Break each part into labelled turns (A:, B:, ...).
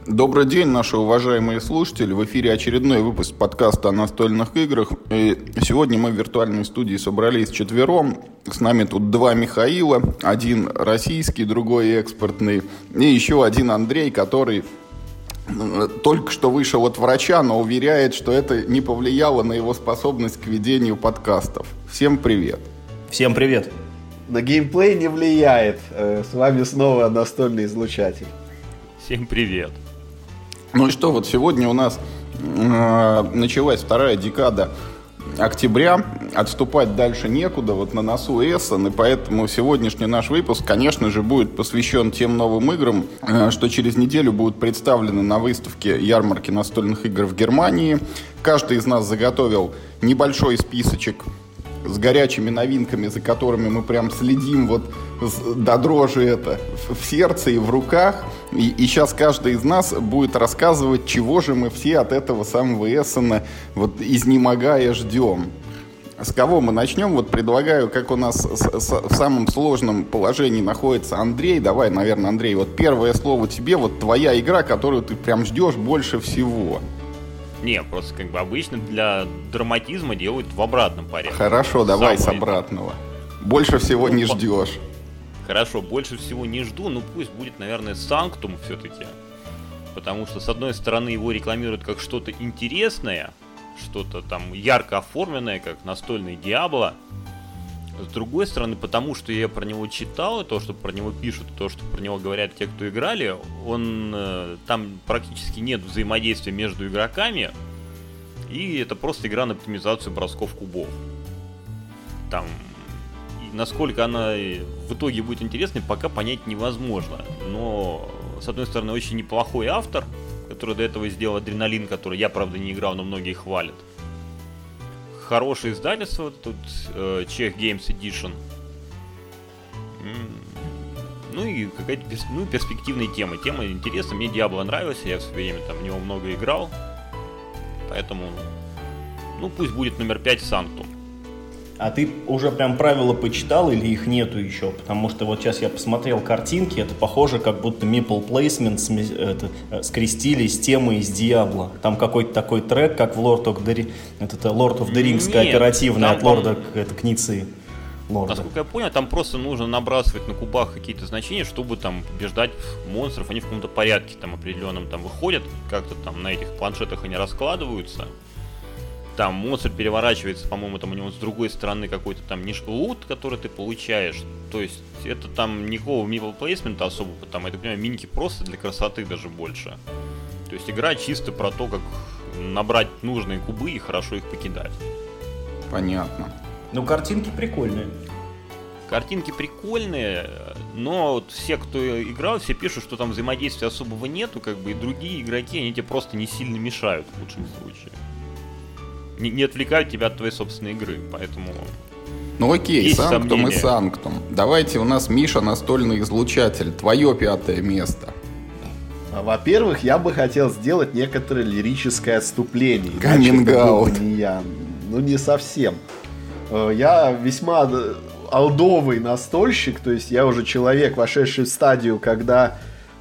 A: Добрый день, наши уважаемые слушатели. В эфире очередной выпуск подкаста о настольных играх. И сегодня мы в виртуальной студии собрались вчетвером. С нами тут два Михаила. Один российский, другой экспортный. И еще один Андрей, который только что вышел от врача, но уверяет, что это не повлияло на его способность к ведению подкастов. Всем привет.
B: Всем привет.
C: На геймплей не влияет. С вами снова настольный излучатель.
D: Всем привет.
A: Ну и что, вот сегодня у нас началась вторая декада октября, отступать дальше некуда, вот на носу Эссен, и поэтому сегодняшний наш выпуск, конечно же, будет посвящен тем новым играм, что через неделю будут представлены на выставке ярмарки настольных игр в Германии. Каждый из нас заготовил небольшой списочек с горячими новинками, за которыми мы прям следим вот до дрожи это в сердце и в руках. И сейчас каждый из нас будет рассказывать, чего же мы все от этого самого Эссена вот изнемогая ждем. С кого мы начнем? Вот предлагаю, как у нас в самом сложном положении находится Андрей. Давай, наверное, Андрей, вот первое слово тебе, вот твоя игра, которую ты прям ждешь больше всего.
D: Не, просто как бы обычно для драматизма делают в обратном порядке.
A: Хорошо, давай с обратного. Больше всего не ждешь.
D: Хорошо, больше всего не жду, но пусть будет, наверное, Sanctum все-таки. Потому что, с одной стороны, его рекламируют как что-то интересное, что-то там ярко оформленное, как настольный Diablo. С другой стороны, потому что я про него читал, и то, что про него пишут, и то, что про него говорят те, кто играли, там практически нет взаимодействия между игроками, и это просто игра на оптимизацию бросков кубов. Там, и насколько она в итоге будет интересной, пока понять невозможно. Но, с одной стороны, очень неплохой автор, который до этого сделал Адреналин, который я, правда, не играл, но многие хвалят. Хорошее издательство, тут Czech Games Edition. Ну и какая-то перспективная тема. Тема интересная, мне Diablo нравился, я в свое время там в него много играл. Поэтому, пусть будет номер 5 Sanctum.
B: А ты уже прям правила почитал или их нету еще? Потому что вот сейчас я посмотрел картинки, это похоже, как будто Meeple Placement скрестили с темой из Diablo. Там какой-то такой трек, как в Lord of the Rings кооперативный от лорда Кницы.
D: Насколько я понял, там просто нужно набрасывать на кубах какие-то значения, чтобы там побеждать монстров. Они в каком-то порядке там определенном там выходят, как-то там на этих планшетах они раскладываются. Там монстр переворачивается, по-моему, там у него с другой стороны какой-то там лут, который ты получаешь. То есть это там никакого meeple placement особого, там, я так понимаю, миники просто для красоты даже больше. То есть игра чисто про то, как набрать нужные кубы и хорошо их покидать.
A: Понятно.
B: Ну, картинки прикольные.
D: Картинки прикольные, но вот все, кто играл, все пишут, что там взаимодействия особого нету, как бы, и другие игроки, они тебе просто не сильно мешают в лучшем случае. Не отвлекают тебя от твоей собственной игры, поэтому...
A: Ну окей, Sanctum и
D: сомнения.
A: Sanctum. Давайте у нас Миша, настольный излучатель. Твое 5 место.
C: Во-первых, я бы хотел сделать некоторое лирическое отступление.
A: Каминг-аут.
C: Не совсем. Я весьма олдовый настольщик, то есть я уже человек, вошедший в стадию, когда...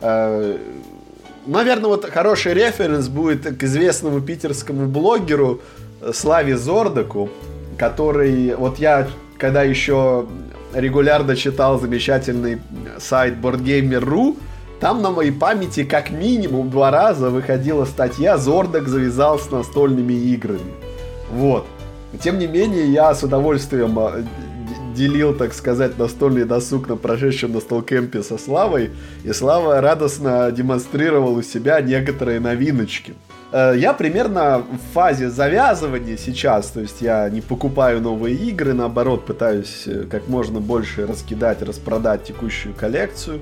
C: Наверное, вот хороший референс будет к известному питерскому блогеру Славе Зордаку, который... Вот я, когда еще регулярно читал замечательный сайт BoardGamer.ru, там на моей памяти как минимум 2 раза выходила статья «Зордак завязал с настольными играми». Вот. Тем не менее, я с удовольствием делил, так сказать, настольный досуг на прошедшем настолкэмпе со Славой, и Слава радостно демонстрировал у себя некоторые новиночки. Я примерно в фазе завязывания сейчас, то есть я не покупаю новые игры, наоборот, пытаюсь как можно больше раскидать, распродать текущую коллекцию,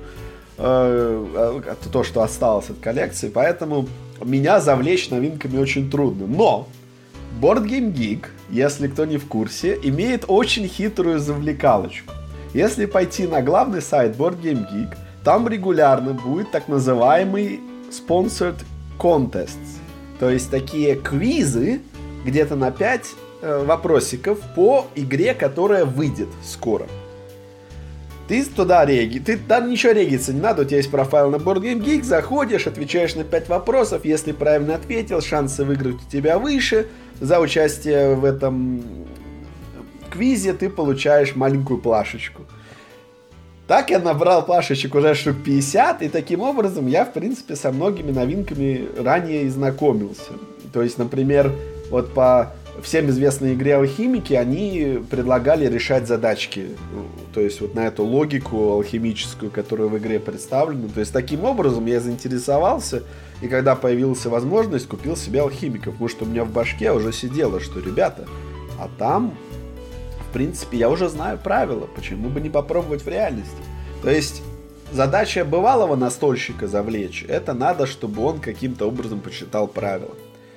C: то, что осталось от коллекции, поэтому меня завлечь новинками очень трудно. Но Board Game Geek, если кто не в курсе, имеет очень хитрую завлекалочку. Если пойти на главный сайт Board Game Geek, там регулярно будет так называемый Sponsored Contests. То есть такие квизы, где-то на 5 вопросиков по игре, которая выйдет скоро. Ты туда там ничего региться не надо, у тебя есть профайл на BoardGameGeek, заходишь, отвечаешь на 5 вопросов, если правильно ответил, шансы выиграть у тебя выше. За участие в этом квизе ты получаешь маленькую плашечку. Так я набрал плашечек уже штук 50, и таким образом я, в принципе, со многими новинками ранее и знакомился. То есть, например, вот по всем известной игре «Алхимики» они предлагали решать задачки. То есть, вот на эту логику алхимическую, которая в игре представлена. То есть, таким образом я заинтересовался, и когда появилась возможность, купил себе «Алхимиков». Потому что у меня в башке уже сидело, что, ребята, а там... В принципе, я уже знаю правила, почему бы не попробовать в реальности. То есть, задача бывалого настольщика завлечь, это надо, чтобы он каким-то образом почитал правила.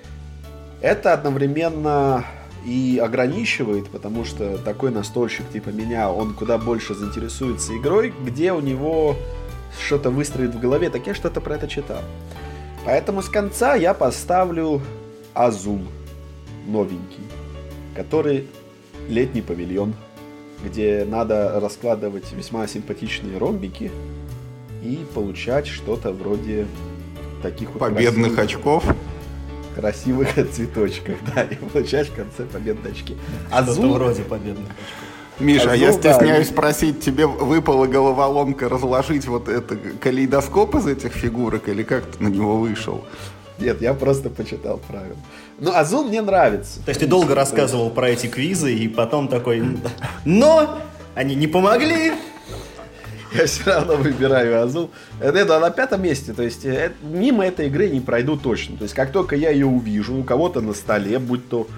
C: Это одновременно и ограничивает, потому что такой настольщик типа меня, он куда больше заинтересуется игрой, где у него что-то выстроит в голове, так я что-то про это читал. Поэтому с конца я поставлю Азул новенький, который... Летний павильон, где надо раскладывать весьма симпатичные ромбики и получать что-то вроде таких вот
A: победных очков.
C: Красивых цветочков, да, и получать в конце победные очки.
B: Что-то вроде победных очков.
A: Миша, я стесняюсь спросить, тебе выпала головоломка разложить вот это калейдоскоп из этих фигурок, или как ты на него вышел?
C: Нет, я просто почитал правила. Ну, Азул мне нравится.
B: То есть ты долго рассказывал про эти квизы, и потом такой... Но они не помогли.
C: Я все равно выбираю Азул. Это на 5-м месте. То есть мимо этой игры не пройду точно. То есть как только я ее увижу у кого-то на столе, будь то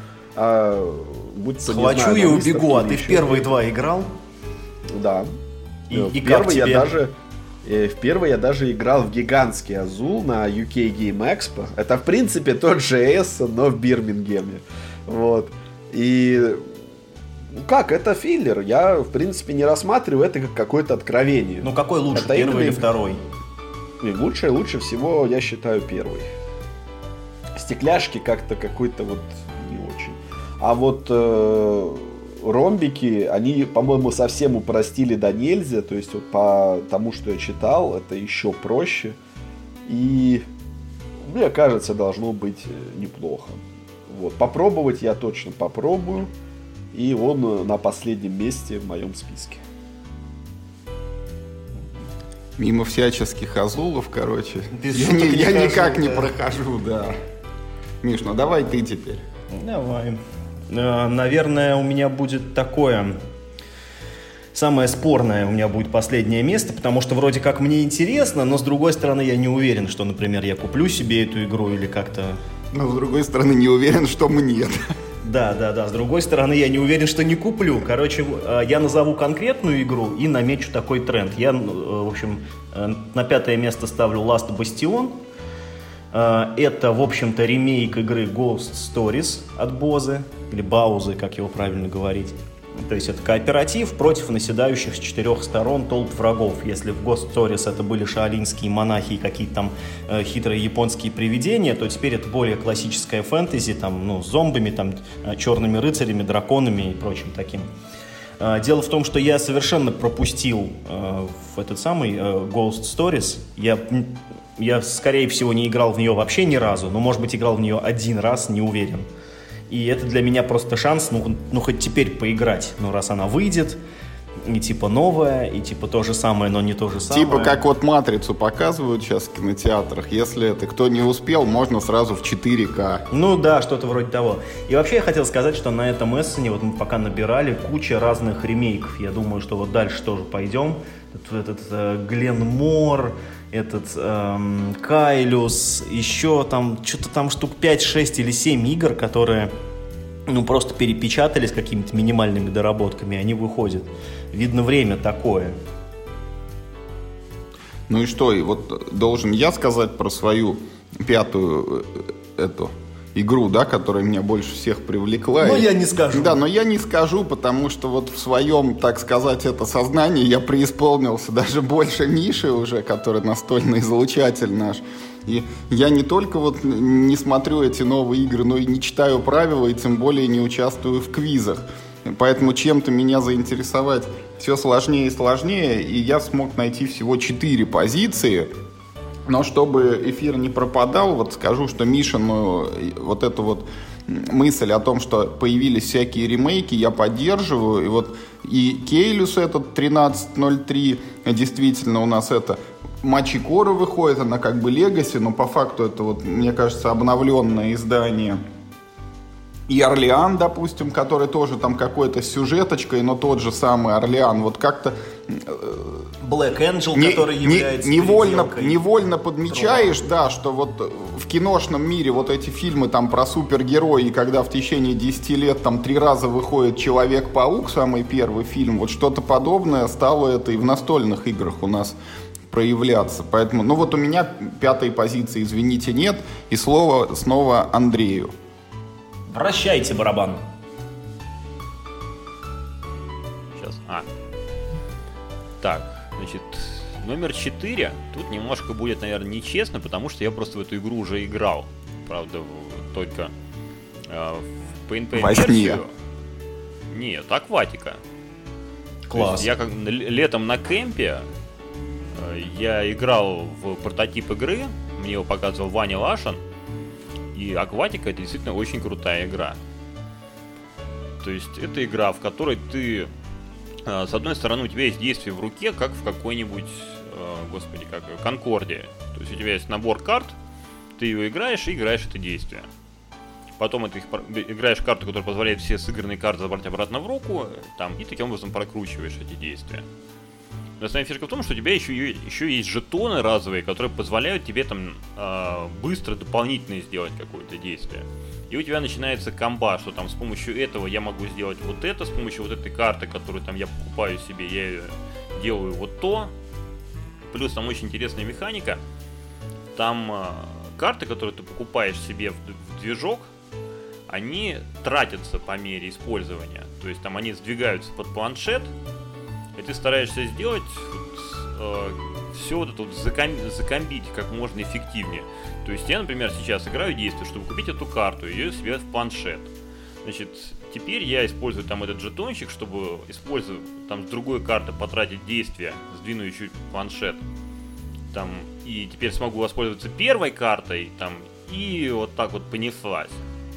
B: схвачу и убегу, а ты в первые 2 играл?
C: Да.
B: И как тебе?
C: В первый я даже играл в гигантский Азул на UK Game Expo. Это, в принципе, тот же Эсса, но в Бирмингеме. Вот. И... Как? Это филлер. Я, в принципе, не рассматриваю это как какое-то откровение.
B: Ну, какой лучше, это первый или второй?
C: Лучше всего, я считаю, первый. Стекляшки как-то какой-то вот не очень. А вот... ромбики, они, по-моему, совсем упростили до нельзя. То есть, вот по тому, что я читал, это еще проще. И, мне кажется, должно быть неплохо. Вот. Попробовать я точно попробую. И он на последнем месте в моем списке.
A: Мимо всяческих Азулов, короче. Я никак не прохожу, да. Миш, ну давай ты теперь.
B: Давай. Наверное, у меня будет такое... Самое спорное у меня будет последнее место, потому что вроде как мне интересно, но с другой стороны я не уверен, что, например, я куплю себе эту игру или как-то...
A: Но с другой стороны не уверен, что мне.
B: Да, с другой стороны я не уверен, что не куплю. Короче, я назову конкретную игру и намечу такой тренд. Я, в общем, на 5-е место ставлю Last Bastion. Это, в общем-то, ремейк игры Ghost Stories от Бозы, или Баузы, как его правильно говорить. То есть это кооператив против наседающих с 4 сторон толп врагов. Если в Ghost Stories это были шаолинские монахи и какие-то там хитрые японские привидения, то теперь это более классическая фэнтези, там, ну, с зомбами, там, черными рыцарями, драконами и прочим таким. Дело в том, что я совершенно пропустил в этот самый Ghost Stories. Я, скорее всего, не играл в нее вообще ни разу, но, может быть, играл в нее 1 раз, не уверен. И это для меня просто шанс, ну хоть теперь поиграть. Ну, раз она выйдет, и типа новая, и типа то же самое, но не то же самое.
A: Типа как вот «Матрицу» показывают сейчас в кинотеатрах. Если это кто не успел, можно сразу в 4К.
B: Ну да, что-то вроде того. И вообще я хотел сказать, что на этом Эссене, вот мы пока набирали куча разных ремейков. Я думаю, что вот дальше тоже пойдем. Этот Глен Мор, этот Кайлюс, еще там что-то там штук 5, 6 или 7 игр, которые ну просто перепечатали с какими-то минимальными доработками, они выходят. Видно, время такое.
A: Ну и что, и вот должен я сказать про свою 5-ю эту игру, да, которая меня больше всех привлекла.
B: Но я не скажу.
A: Да, но я не скажу, потому что вот в своем, так сказать, это сознании я преисполнился даже больше Миши уже, который настольный излучатель наш. И я не только вот не смотрю эти новые игры, но и не читаю правила, и тем более не участвую в квизах. Поэтому чем-то меня заинтересовать все сложнее и сложнее, и я смог найти всего 4 позиции. Но чтобы эфир не пропадал, вот скажу, что Мишину вот эту вот мысль о том, что появились всякие ремейки, я поддерживаю. И вот и Кейлюс этот 13.03, действительно у нас это Мачикора выходит, она как бы Легаси, но по факту это вот, мне кажется, обновленное издание. И Орлеан, допустим, который тоже там какой-то с сюжеточкой, но тот же самый Орлеан, вот как-то...
B: Black Angel, который является
A: невольно подмечаешь, да, что вот в киношном мире вот эти фильмы там про супергерои, когда в течение 10 лет там 3 раза выходит Человек-паук, самый первый фильм, вот что-то подобное стало это и в настольных играх у нас проявляться. Поэтому, ну вот у меня 5-й позиции, извините, нет, и слово снова Андрею.
B: Вращайте барабан.
D: Сейчас. Так, значит, номер 4. Тут немножко будет, наверное, нечестно, потому что я просто в эту игру уже играл. Правда, только в PNP-версию. Нет, Акватика.
B: Класс.
D: Я как летом на кемпе я играл в прототип игры, мне его показывал Ваня Лашин. И Акватика — это действительно очень крутая игра. То есть это игра, в которой ты, с одной стороны, у тебя есть действие в руке, как в какой-нибудь, как Конкордии. То есть у тебя есть набор карт, ты его играешь и играешь это действие. Потом ты играешь карту, которая позволяет все сыгранные карты забрать обратно в руку, там, и таким образом прокручиваешь эти действия. Но основная фишка в том, что у тебя еще есть жетоны разовые, которые позволяют тебе там быстро, дополнительно сделать какое-то действие. И у тебя начинается комба, что там с помощью этого я могу сделать вот это, с помощью вот этой карты, которую там я покупаю себе, я делаю вот то. Плюс там очень интересная механика. Там карты, которые ты покупаешь себе в движок, они тратятся по мере использования. То есть там они сдвигаются под планшет, и ты стараешься сделать все вот это вот закомбить как можно эффективнее. То есть я, например, сейчас играю действие, чтобы купить эту карту, ее себе в планшет. Значит, теперь я использую там этот жетончик, чтобы, используя там с другой карты потратить действие, сдвину еще планшет. Там, и теперь смогу воспользоваться первой картой, там, и вот так вот понеслась.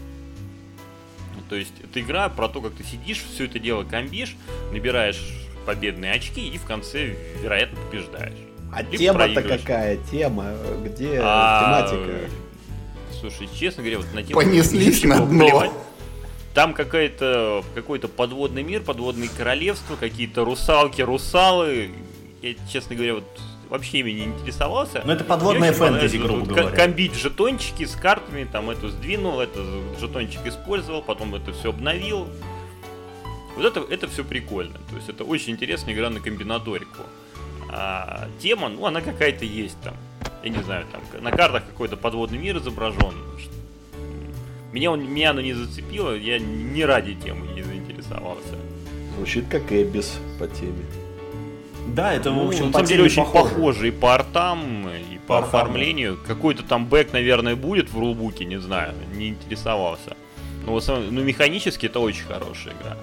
D: То есть это игра про то, как ты сидишь, все это дело комбишь, набираешь победные очки и в конце, вероятно, побеждаешь.
C: А тема-то какая? Тема? Где тематика?
D: Слушай, честно говоря, вот на тему...
A: Понеслись на дно.
D: Там какой-то подводный мир, подводные королевства, какие-то русалки, русалы. Я, честно говоря, вот вообще ими не интересовался.
B: Но это подводная фэнтези, грубо говоря.
D: Комбить жетончики с картами, там эту сдвинул, это жетончик использовал, потом это все обновил. Вот это все прикольно. То есть это очень интересная игра на комбинаторику. А тема, ну, она какая-то есть там. Я не знаю, там на картах какой-то подводный мир изображен. Меня оно не зацепило, я ни ради темы не заинтересовался.
C: Звучит как Эбис по теме.
B: Да, это, в общем,
D: на самом деле очень похоже и по артам, и по оформлению. Какой-то там бэк, наверное, будет в рулбуке, не знаю, не интересовался. Но механически это очень хорошая игра.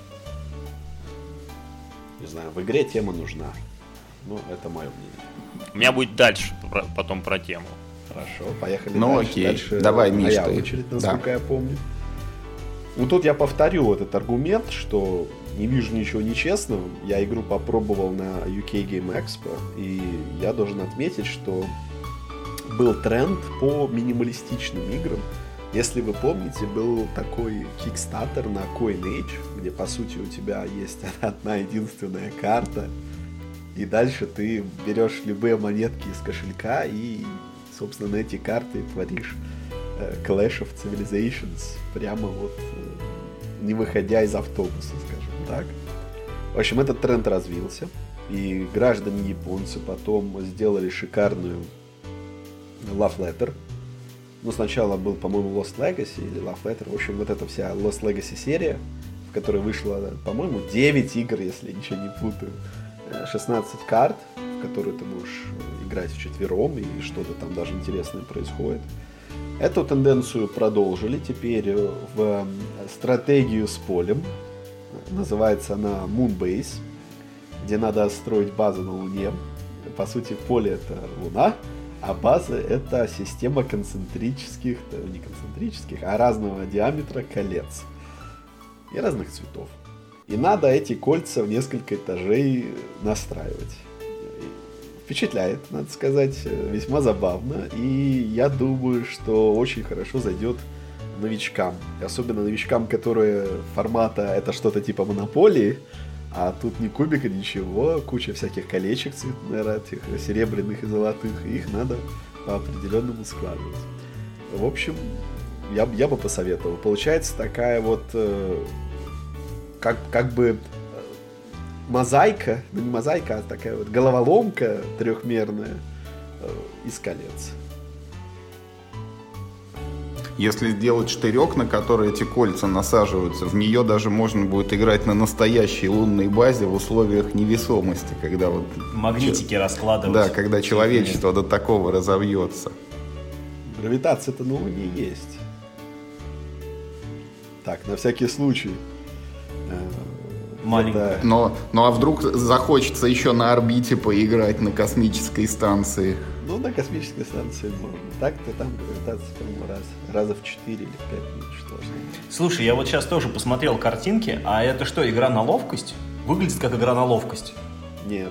C: Не знаю, в игре тема нужна. Ну, это мое мнение.
D: У меня будет дальше потом про тему.
C: Хорошо, поехали
A: ну,
C: дальше.
A: Окей.
C: Дальше
A: давай, Миш,
C: моя очередь, насколько
A: да.
C: я помню. Ну, тут я повторю этот аргумент, что не вижу ничего нечестного. Я игру попробовал на UK Game Expo, и я должен отметить, что был тренд по минималистичным играм. Если вы помните, был такой Kickstarter на Coinage, где, по сути, у тебя есть одна единственная карта, и дальше ты берешь любые монетки из кошелька и, собственно, на эти карты творишь Clash of Civilizations, прямо вот не выходя из автобуса, скажем так. В общем, этот тренд развился, и граждане-японцы потом сделали шикарную Love Letter. Ну, сначала был, по-моему, Lost Legacy или Love Letter. В общем, вот эта вся Lost Legacy серия, в которой вышло, по-моему, 9 игр, если я ничего не путаю. 16 карт, в которые ты можешь играть вчетвером, и что-то там даже интересное происходит. Эту тенденцию продолжили теперь в стратегию с полем. Называется она Moonbase, где надо строить базу на Луне. По сути, поле — это Луна, а база — это система концентрических, не концентрических, а разного диаметра колец и разных цветов. И надо эти кольца в несколько этажей настраивать. Впечатляет, надо сказать, весьма забавно. И я думаю, что очень хорошо зайдет новичкам. Особенно новичкам, которые формата — это что-то типа Монополии. А тут ни кубика, ничего. Куча всяких колечек этих серебряных и золотых. И их надо по определенному складывать. В общем, я бы посоветовал. Получается такая вот... Как бы мозаика, ну не мозаика, а такая вот головоломка трехмерная из колец.
A: Если сделать штырек, на который эти кольца насаживаются, в нее даже можно будет играть на настоящей лунной базе в условиях невесомости, когда вот...
B: Магнитики раскладывать.
A: Да, когда человечество до такого разовьется.
C: Гравитация-то на Луне есть. Так, на всякий случай.
B: Маленькая.
A: Ну а вдруг захочется еще на орбите поиграть на космической станции?
C: Ну, на космической станции можно. Так-то там гравитация, по-моему, раза в 4 или 5 меньше должна быть.
B: Слушай, я вот сейчас тоже посмотрел картинки, а это что, игра на ловкость? Выглядит как игра на ловкость.
C: Нет.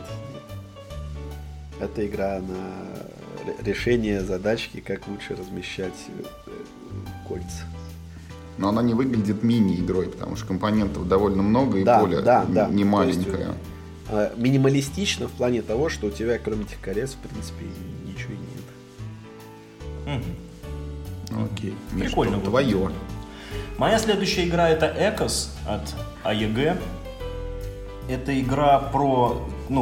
C: Это игра на решение задачки, как лучше размещать кольца.
A: Но она не выглядит мини-игрой, потому что компонентов довольно много и поле не маленькое.
C: Минималистично в плане того, что у тебя, кроме этих колец, в принципе, ничего нет.
A: Окей.
B: Прикольно.
A: Твое.
B: Моя следующая игра — это Экос от АЕГ. Это игра про,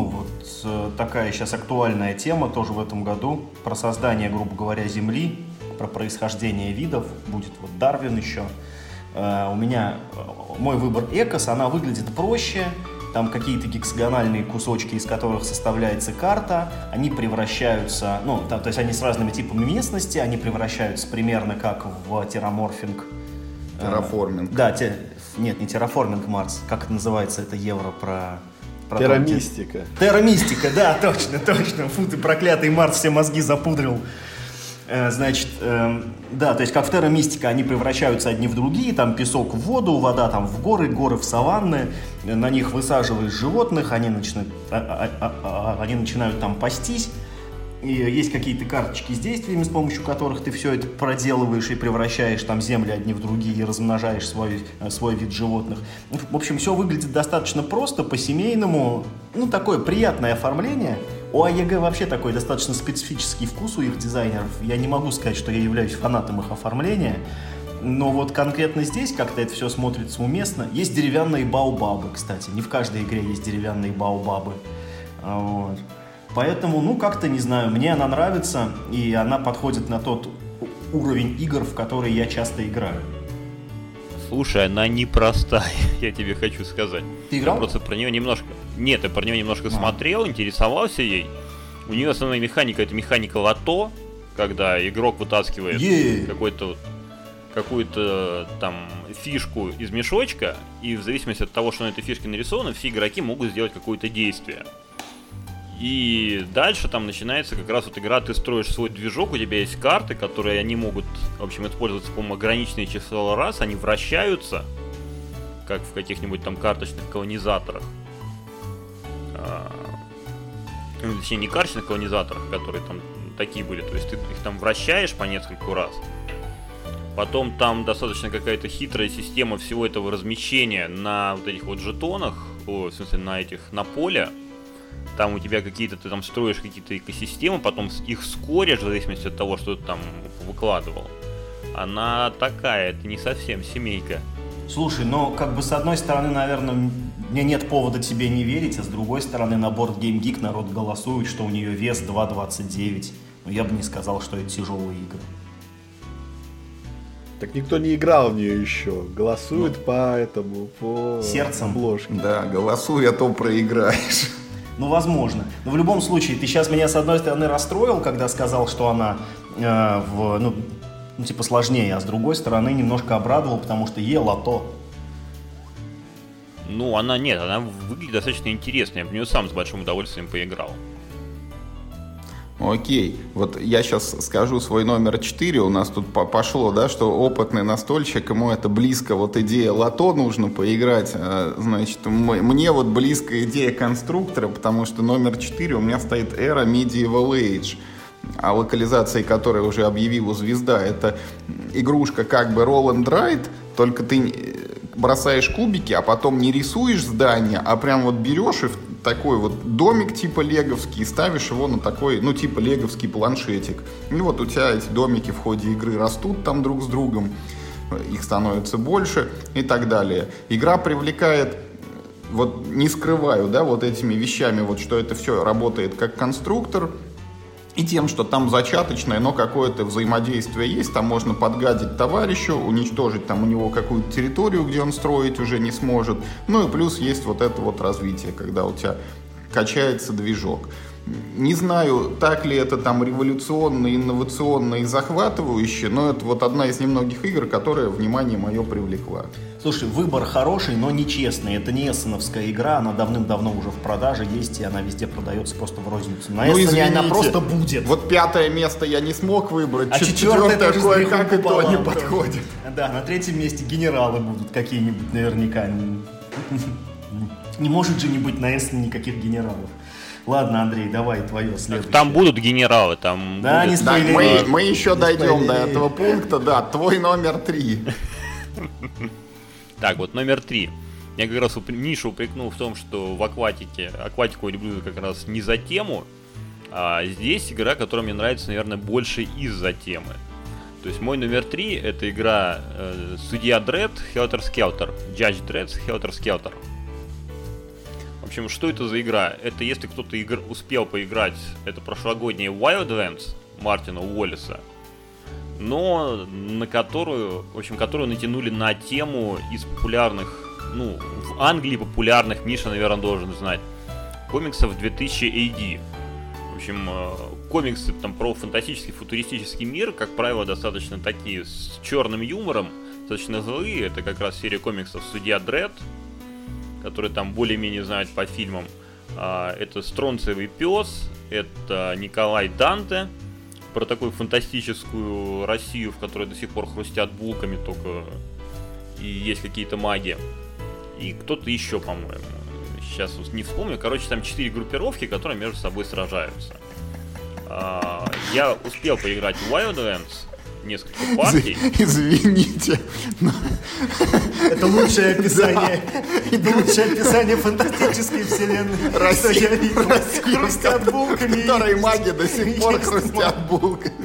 B: такая сейчас актуальная тема тоже в этом году, про создание, грубо говоря, Земли, про происхождение видов, будет вот Дарвин еще. У меня мой выбор Экос, она выглядит проще, там какие-то гексагональные кусочки, из которых составляется карта, они превращаются, то есть они с разными типами местности, они превращаются примерно как в терраморфинг.
A: Терраформинг.
B: Да, нет, не терраформинг Марс, как это называется, это евро про...
C: Террамистика.
B: Террамистика, да, точно. Фу, ты проклятый Марс, все мозги запудрил. Значит, да, то есть как в террамистика они превращаются одни в другие, там песок в воду, вода там в горы, горы в саванны, на них высаживаешь животных, они начинают там пастись, и есть какие-то карточки с действиями, с помощью которых ты все это проделываешь и превращаешь там земли одни в другие и размножаешь свой вид животных. В общем, все выглядит достаточно просто, по-семейному, такое приятное оформление. У АЕГ вообще такой достаточно специфический вкус у их дизайнеров. Я не могу сказать, что я являюсь фанатом их оформления, но вот конкретно здесь как-то это все смотрится уместно. Есть деревянные баобабы, кстати. Не в каждой игре есть деревянные баобабы. Вот. Поэтому, как-то, не знаю, мне она нравится, и она подходит на тот уровень игр, в которые я часто играю.
D: Слушай, она непростая, я тебе хочу сказать.
B: Ты играл?
D: Я просто про нее немножко... Нет, я про нее немножко смотрел, интересовался ей. У нее основная механика — это механика лото, когда игрок вытаскивает какую-то там фишку из мешочка, и в зависимости от того, что на этой фишке нарисовано, все игроки могут сделать какое-то действие. И дальше там начинается как раз вот игра, ты строишь свой движок, у тебя есть карты, которые они могут, в общем, использоваться, по-моему, ограниченное число раз, они вращаются, как в каких-нибудь там карточных колонизаторах. Точнее, не карточных колонизаторах, которые там такие были, то есть ты их там вращаешь по нескольку раз. Потом там достаточно какая-то хитрая система всего этого размещения на вот этих вот жетонах, в смысле на поле. Там у тебя какие-то, ты там строишь какие-то экосистемы, потом их скоришь в зависимости от того, что ты там выкладывал. Она такая, это не совсем семейка.
B: Слушай, как бы с одной стороны, наверное, мне нет повода тебе не верить, а с другой стороны, на Board Game Geek народ голосует, что у нее вес 2.29. Но я бы не сказал, что это тяжелые игры.
C: Так никто не играл в нее еще. Голосует по
B: сердцем.
C: Обложке.
A: Да, голосуй, а то проиграешь.
B: Возможно. Но в любом случае, ты сейчас меня с одной стороны расстроил, когда сказал, что она сложнее, а с другой стороны немножко обрадовал, потому что лото.
D: Ну, она выглядит достаточно интересно. Я в нее сам с большим удовольствием поиграл.
A: Окей, вот я сейчас скажу свой номер 4, у нас тут пошло, да, что опытный настольщик, ему это близко, вот идея лото нужно поиграть, значит, мне вот близкая идея конструктора, потому что номер 4 у меня стоит Era Medieval Age, о локализации которой уже объявила Звезда. Это игрушка как бы roll and write, только ты бросаешь кубики, а потом не рисуешь здание, а прям вот берешь и такой вот домик типа леговский и ставишь его на такой, ну типа леговский планшетик. И вот у тебя эти домики в ходе игры растут там друг с другом, их становится больше и так далее. Игра привлекает, вот не скрываю, да, вот этими вещами, вот что это все работает как конструктор, и тем, что там зачаточное, но какое-то взаимодействие есть, там можно подгадить товарищу, уничтожить там у него какую-то территорию, где он строить уже не сможет. Ну и плюс есть вот это вот развитие, когда у тебя качается движок. Не знаю, так ли это там революционно, инновационно и захватывающе, но это вот одна из немногих игр, которая внимание мое привлекла.
B: Слушай, выбор хороший, но нечестный. Это не эссеновская игра, она давным-давно уже в продаже есть, и она везде продается просто в розницу. На Эссене она просто будет.
A: Вот 5 место я не смог выбрать,
B: а 4-е
A: кое-как и то не подходит.
B: Да, на 3-м месте генералы будут какие-нибудь наверняка. Не может же не быть на Эссене никаких генералов. Ладно, Андрей, давай твое следующее.
D: Там будут генералы, там...
B: Да,
D: будет...
B: не спойлери.
A: Мы еще дойдем до этого пункта, да, твой номер 3.
D: Так, вот номер 3. Я как раз Мишу упрекнул в том, что в акватику я люблю как раз не за тему, а здесь игра, которая мне нравится, наверное, больше из-за темы. То есть мой номер 3 это игра Судья Дред Helter Skelter. Judge Dredd Helter Skelter. В общем, что это за игра? Это если кто-то успел поиграть, это прошлогодняя Wildlands Мартина Уоллеса, но на которую натянули на тему из популярных, ну, в Англии популярных, Миша, наверное, должен знать, комиксов 2000 AD. В общем, комиксы там про фантастический, футуристический мир, как правило, достаточно такие, с черным юмором, достаточно злые. Это как раз серия комиксов Судья Дред, которые там более-менее знают по фильмам. Это Стронциевый пес, это Николай Данте, про такую фантастическую Россию, в которой до сих пор хрустят булками только и есть какие-то маги. И кто-то еще, по-моему. Сейчас не вспомню. Короче, там 4 группировки, которые между собой сражаются. Я успел поиграть в Wildlands, несколько партий.
A: Извините.
B: Это лучшее описание. Это лучшее описание фантастической вселенной.
A: Россия,
B: хрустят булками.
A: Которые маги до сих пор хрустят булками.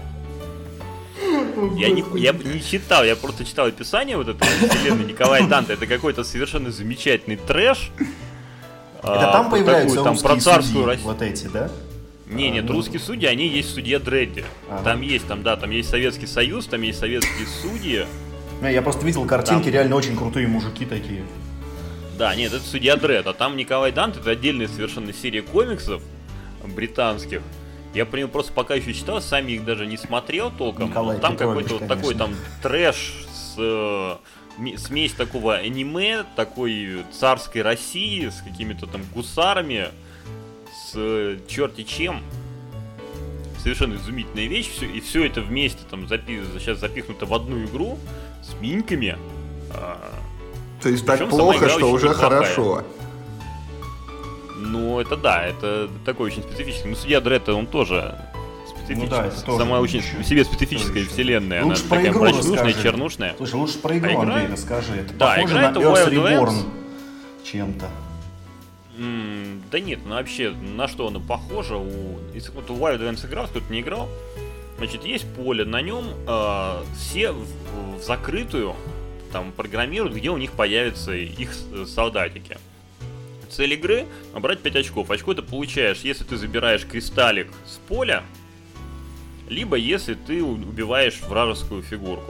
D: Я не читал, я просто читал описание вот этой вселенной Николая Данте. Это какой-то совершенно замечательный трэш.
B: Это там появляются
D: там
B: русские
D: про царскую
B: судьи,
D: Россию.
B: вот эти, да?
D: Нет, русские судьи, они есть в Судье Дредде. Там есть Советский Союз, там есть советские судьи.
B: Я просто видел картинки, реально очень крутые мужики такие.
D: Да, нет, это Судья Дред, а там Николай Данте, это отдельная совершенно серия комиксов британских. Я про него просто пока еще читал, сами их даже не смотрел толком.
B: Николай
D: Там
B: Петрович,
D: какой-то вот такой там трэш смесь такого аниме, такой царской России с какими-то там гусарами, с черти чем. Совершенно изумительная вещь, и все это вместе там сейчас запихнуто в одну игру с миньками.
A: То есть так плохо, что уже хорошо.
D: Ну, это да, это такой очень специфический. Ну, Судья Дред, он тоже специфический. Ну, да, это тоже сама очень себе специфическая вселенная.
B: Лучше
D: она
B: про
D: такая
B: игру
D: мрачнушная,
B: расскажи.
D: Чернушная.
B: Слушай, лучше про игру, Андрей, расскажи. Это
D: да,
B: похоже
D: игра
B: на
D: это
B: Earth
D: Wildlands.
B: Reborn чем-то.
D: Да нет, ну вообще, на что она похожа? Если кто-то в Wildlands играл, кто-то не играл, значит, есть поле, на нем все в закрытую там программируют, где у них появятся их солдатики. Цель игры — набрать 5 очков. Очко ты получаешь, если ты забираешь кристаллик с поля, либо если ты убиваешь вражескую фигурку.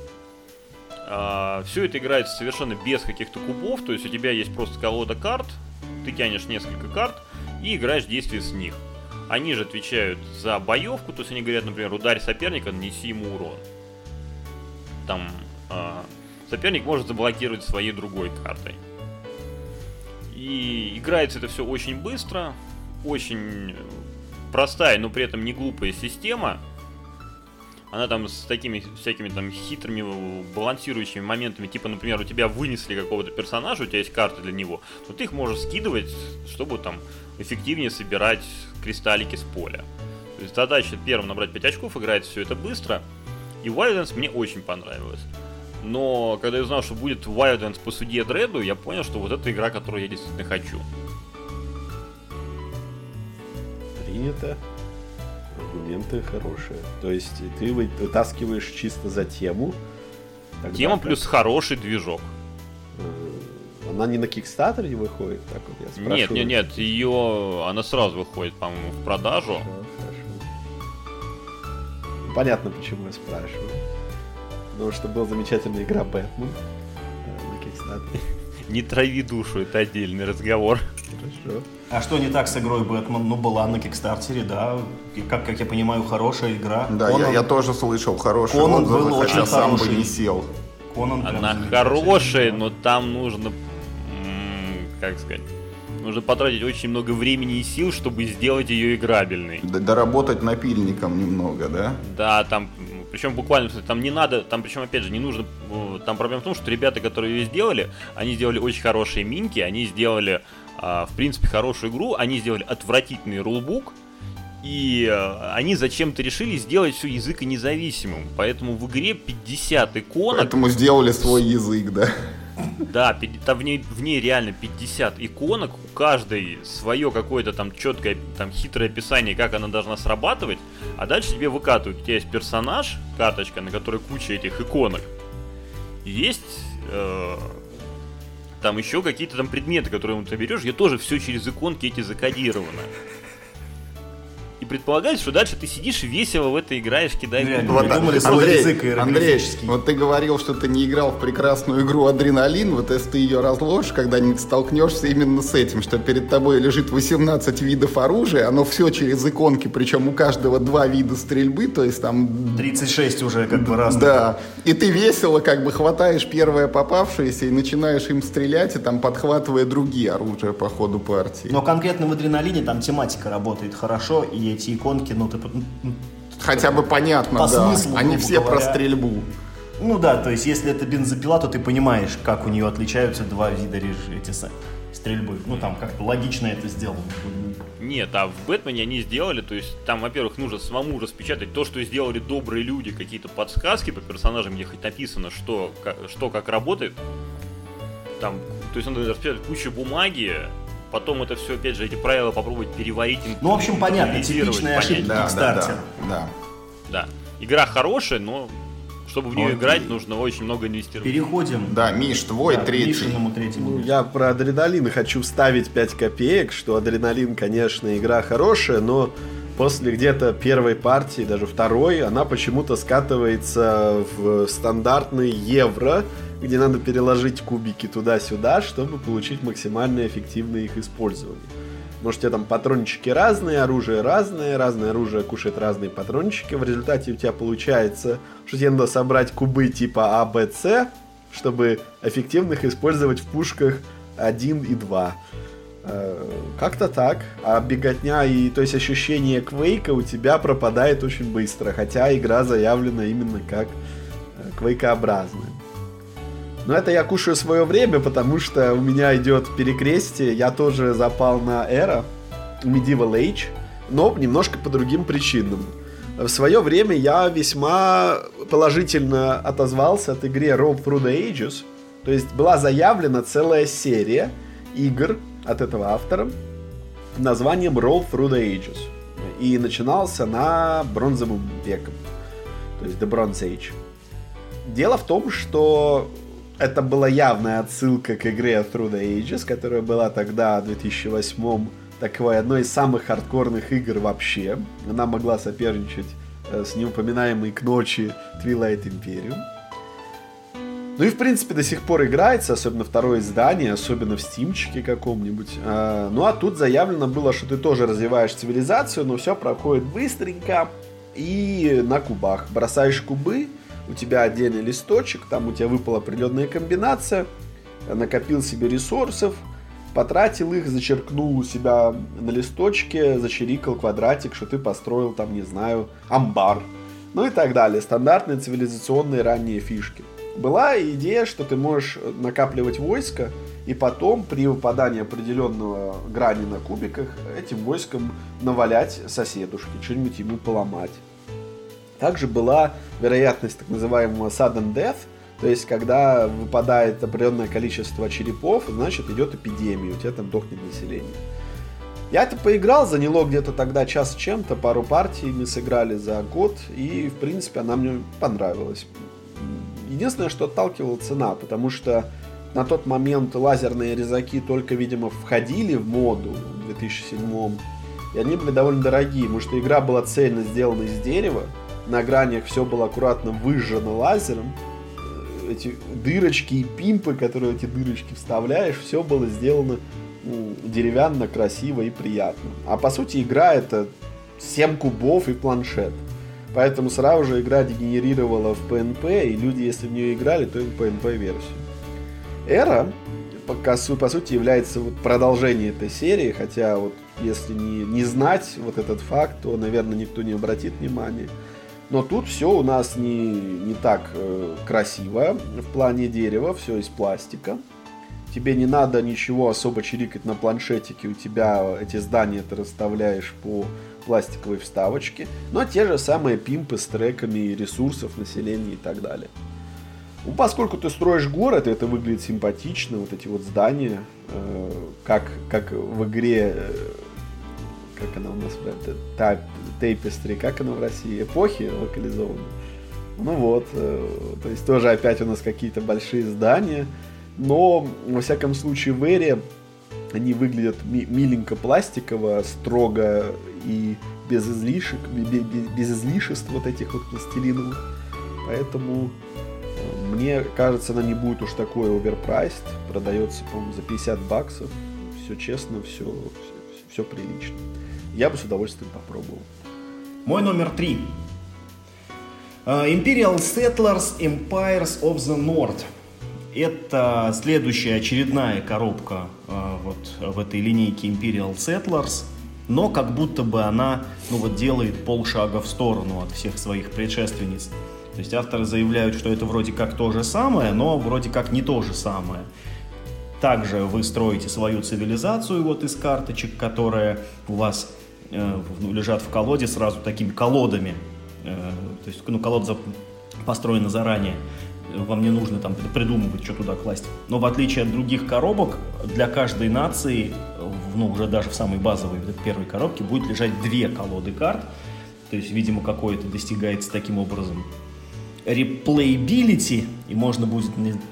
D: Все это играется совершенно без каких-то кубов, то есть у тебя есть просто колода карт, ты тянешь несколько карт и играешь действия с них. Они же отвечают за боевку, то есть они говорят, например, ударь соперника, нанеси ему урон. Там соперник может заблокировать своей другой картой. И играется это все очень быстро, очень простая, но при этом не глупая система. Она там с такими всякими там хитрыми балансирующими моментами, типа, например, у тебя вынесли какого-то персонажа, у тебя есть карты для него, но ты их можешь скидывать, чтобы там эффективнее собирать кристаллики с поля. То есть задача первым набрать 5 очков, играется все это быстро. И Wildlands мне очень понравилось. Но когда я узнал, что будет Wildlands по судье Дредду, я понял, что вот это игра, которую я действительно хочу.
C: Принято. Аргументы хорошие. То есть ты вытаскиваешь чисто за тему.
D: Тема плюс хороший движок.
C: Она не на Кикстартере выходит? Так вот я спрашиваю.
D: Нет, она сразу выходит, по-моему, в продажу.
C: Хорошо. Понятно, почему я спрашиваю. Потому что была замечательная игра Бэтмен на Кикстартере.
D: Не трави душу, это отдельный разговор.
C: Хорошо.
B: А что не так с игрой Бэтмен? Ну, была на Кикстартере, да. И как я понимаю, хорошая игра.
A: Да, я тоже слышал хорошие
B: Конан
A: отзывы,
B: был
A: хотя
B: очень
A: сам бы
B: хороший.
A: не сел.
B: Конан прям
D: Она
B: замечательный.
D: хорошая, но там нужно, как сказать, нужно потратить очень много времени и сил, чтобы сделать ее играбельной.
A: Доработать напильником немного, да?
D: Да, там, причем буквально, там не надо, там причем, опять же, не нужно, там проблема в том, что ребята, которые ее сделали, они сделали очень хорошие минки, они сделали, в принципе, хорошую игру, они сделали отвратительный рулбук, и они зачем-то решили сделать все языка независимым, поэтому в игре 50 иконок.
A: Поэтому сделали свой язык, да?
D: Да, там в ней реально 50 иконок, у каждой свое какое-то там четкое, там хитрое описание, как она должна срабатывать, а дальше тебе выкатывают. У тебя есть персонаж, карточка, на которой куча этих иконок. Есть там еще какие-то там предметы, которые ты берешь, где тоже все через иконки эти закодировано. И предполагается, что дальше ты сидишь и весело в это играешь, кидаешь.
B: Реально.
A: Вот,
B: Придумали свой язык
A: Андрей,
B: иероглифический.
A: вот ты говорил, что ты не играл в прекрасную игру «Адреналин», вот если ты ее разложишь, когда-нибудь столкнешься именно с этим, что перед тобой лежит 18 видов оружия, оно все через иконки, причем у каждого 2 вида стрельбы, то есть там...
B: 36 уже как бы разных.
A: Да, и ты весело как бы хватаешь первое попавшееся и начинаешь им стрелять, и там подхватывая другие оружия по ходу партии.
B: Но конкретно в «Адреналине» там тематика работает хорошо, и эти иконки,
A: Хотя бы понятно,
B: по
A: да,
B: смыслу,
A: они
B: грубо
A: все про
B: говоря.
A: стрельбу.
B: Ну да, то есть если это бензопила, то ты понимаешь, как у нее отличаются 2 вида стрельбы. Ну там как-то логично это сделано.
D: Нет, а в Бэтмене они сделали, то есть там, во-первых, нужно самому распечатать то, что сделали добрые люди, какие-то подсказки по персонажам, где хоть написано, что как работает. Там, то есть надо распечатать кучу бумаги, потом это все, опять же, эти правила попробовать переварить.
B: Ну, в общем, понятно,
D: интерпретировать,
B: типичные ошибки
A: Да,
B: Кикстартера.
A: да.
D: Да. Игра хорошая, но чтобы в нее играть, нужно очень много инвестировать.
B: Переходим
A: Да, Миш, твой
B: к
A: третий.
B: Мишиному третьему.
C: Ну, я про «Адреналин» хочу вставить 5 копеек, что «Адреналин», конечно, игра хорошая, но после где-то первой партии, даже второй, она почему-то скатывается в стандартный евро, где надо переложить кубики туда-сюда, чтобы получить максимально эффективное их использование. Может, у тебя там патрончики разные, оружие разное оружие кушает разные патрончики. В результате у тебя получается, что тебе надо собрать кубы типа А, Б, С, чтобы эффективно их использовать в пушках 1 и 2. Как-то так. А беготня и, то есть, ощущение квейка у тебя пропадает очень быстро, хотя игра заявлена именно как квейкообразная. Но это я кушаю свое время, потому что у меня идет перекрестие. Я тоже запал на Era, Medieval Age, но немножко по другим причинам. В свое время я весьма положительно отозвался от игры Roll Through the Ages. То есть была заявлена целая серия игр от этого автора названием Roll Through the Ages. И начинался на бронзовом веке, то есть The Bronze Age. Дело в том, что это была явная отсылка к игре Through the Ages, которая была тогда, в 2008-м, такой одной из самых хардкорных игр вообще. Она могла соперничать с неупоминаемой к ночи Twilight Imperium. Ну и в принципе до сих пор играется, особенно второе издание, особенно в стимчике каком-нибудь. Ну а тут заявлено было, что ты тоже развиваешь цивилизацию, но все проходит быстренько и на кубах. Бросаешь кубы, у тебя отдельный листочек, там у тебя выпала определенная комбинация, накопил себе ресурсов, потратил их, зачеркнул у себя на листочке, зачирикал квадратик, что ты построил там, не знаю, амбар. Ну и так далее. Стандартные цивилизационные ранние фишки. Была идея, что ты можешь накапливать войско, и потом при выпадании определенного грани на кубиках этим войском навалять соседушки, что-нибудь ему поломать. Также была вероятность так называемого sudden death, то есть когда выпадает определенное количество черепов, значит идет эпидемия, у тебя там дохнет население. Я это поиграл, заняло где-то тогда час с чем-то, пару партий мы сыграли за год, и в принципе она мне понравилась. Единственное, что отталкивала цена, потому что на тот момент лазерные резаки только, видимо, входили в моду в 2007-м, и они были довольно дорогие, потому что игра была цельно сделана из дерева, на гранях все было аккуратно выжжено лазером, эти дырочки и пимпы, которые эти дырочки вставляешь, все было сделано деревянно, красиво и приятно. А по сути игра это 7 кубов и планшет. Поэтому сразу же игра дегенерировала в PNP, и люди, если в нее играли, то и в PNP-версию. Эра, по сути, является вот продолжением этой серии, хотя вот если не знать вот этот факт, то, наверное, никто не обратит внимания. Но тут все у нас не так красиво в плане дерева, все из пластика. Тебе не надо ничего особо чирикать на планшетике, у тебя эти здания ты расставляешь по пластиковой вставочке, но те же самые пимпы с треками ресурсов, населения и так далее. Ну, поскольку ты строишь город, это выглядит симпатично, вот эти вот здания, как в игре, как она у нас, Tapestry, как она в России, эпохи локализованы. Ну вот, то есть тоже опять у нас какие-то большие здания, но, во всяком случае, в Эре они выглядят миленько пластиково, строго и без излишек, без излишеств вот этих вот пластилиновых. Поэтому, мне кажется, она не будет уж такой оверпрайсд. Продается, по-моему, за $50. Все честно, все прилично. Я бы с удовольствием попробовал.
B: Мой номер 3. Imperial Settlers Empires of the North. Это следующая очередная коробка вот в этой линейке Imperial Settlers, но как будто бы она делает полшага в сторону от всех своих предшественниц. То есть авторы заявляют, что это вроде как то же самое, но вроде как не то же самое. Также вы строите свою цивилизацию вот из карточек, которые у вас лежат в колоде сразу такими колодами. То есть колода построена заранее. Вам не нужно там придумывать, что туда класть. Но в отличие от других коробок, для каждой нации, уже даже в самой базовой первой коробке, будет лежать 2 колоды карт. То есть, видимо, какое-то достигается таким образом реплейбилити, и можно будет,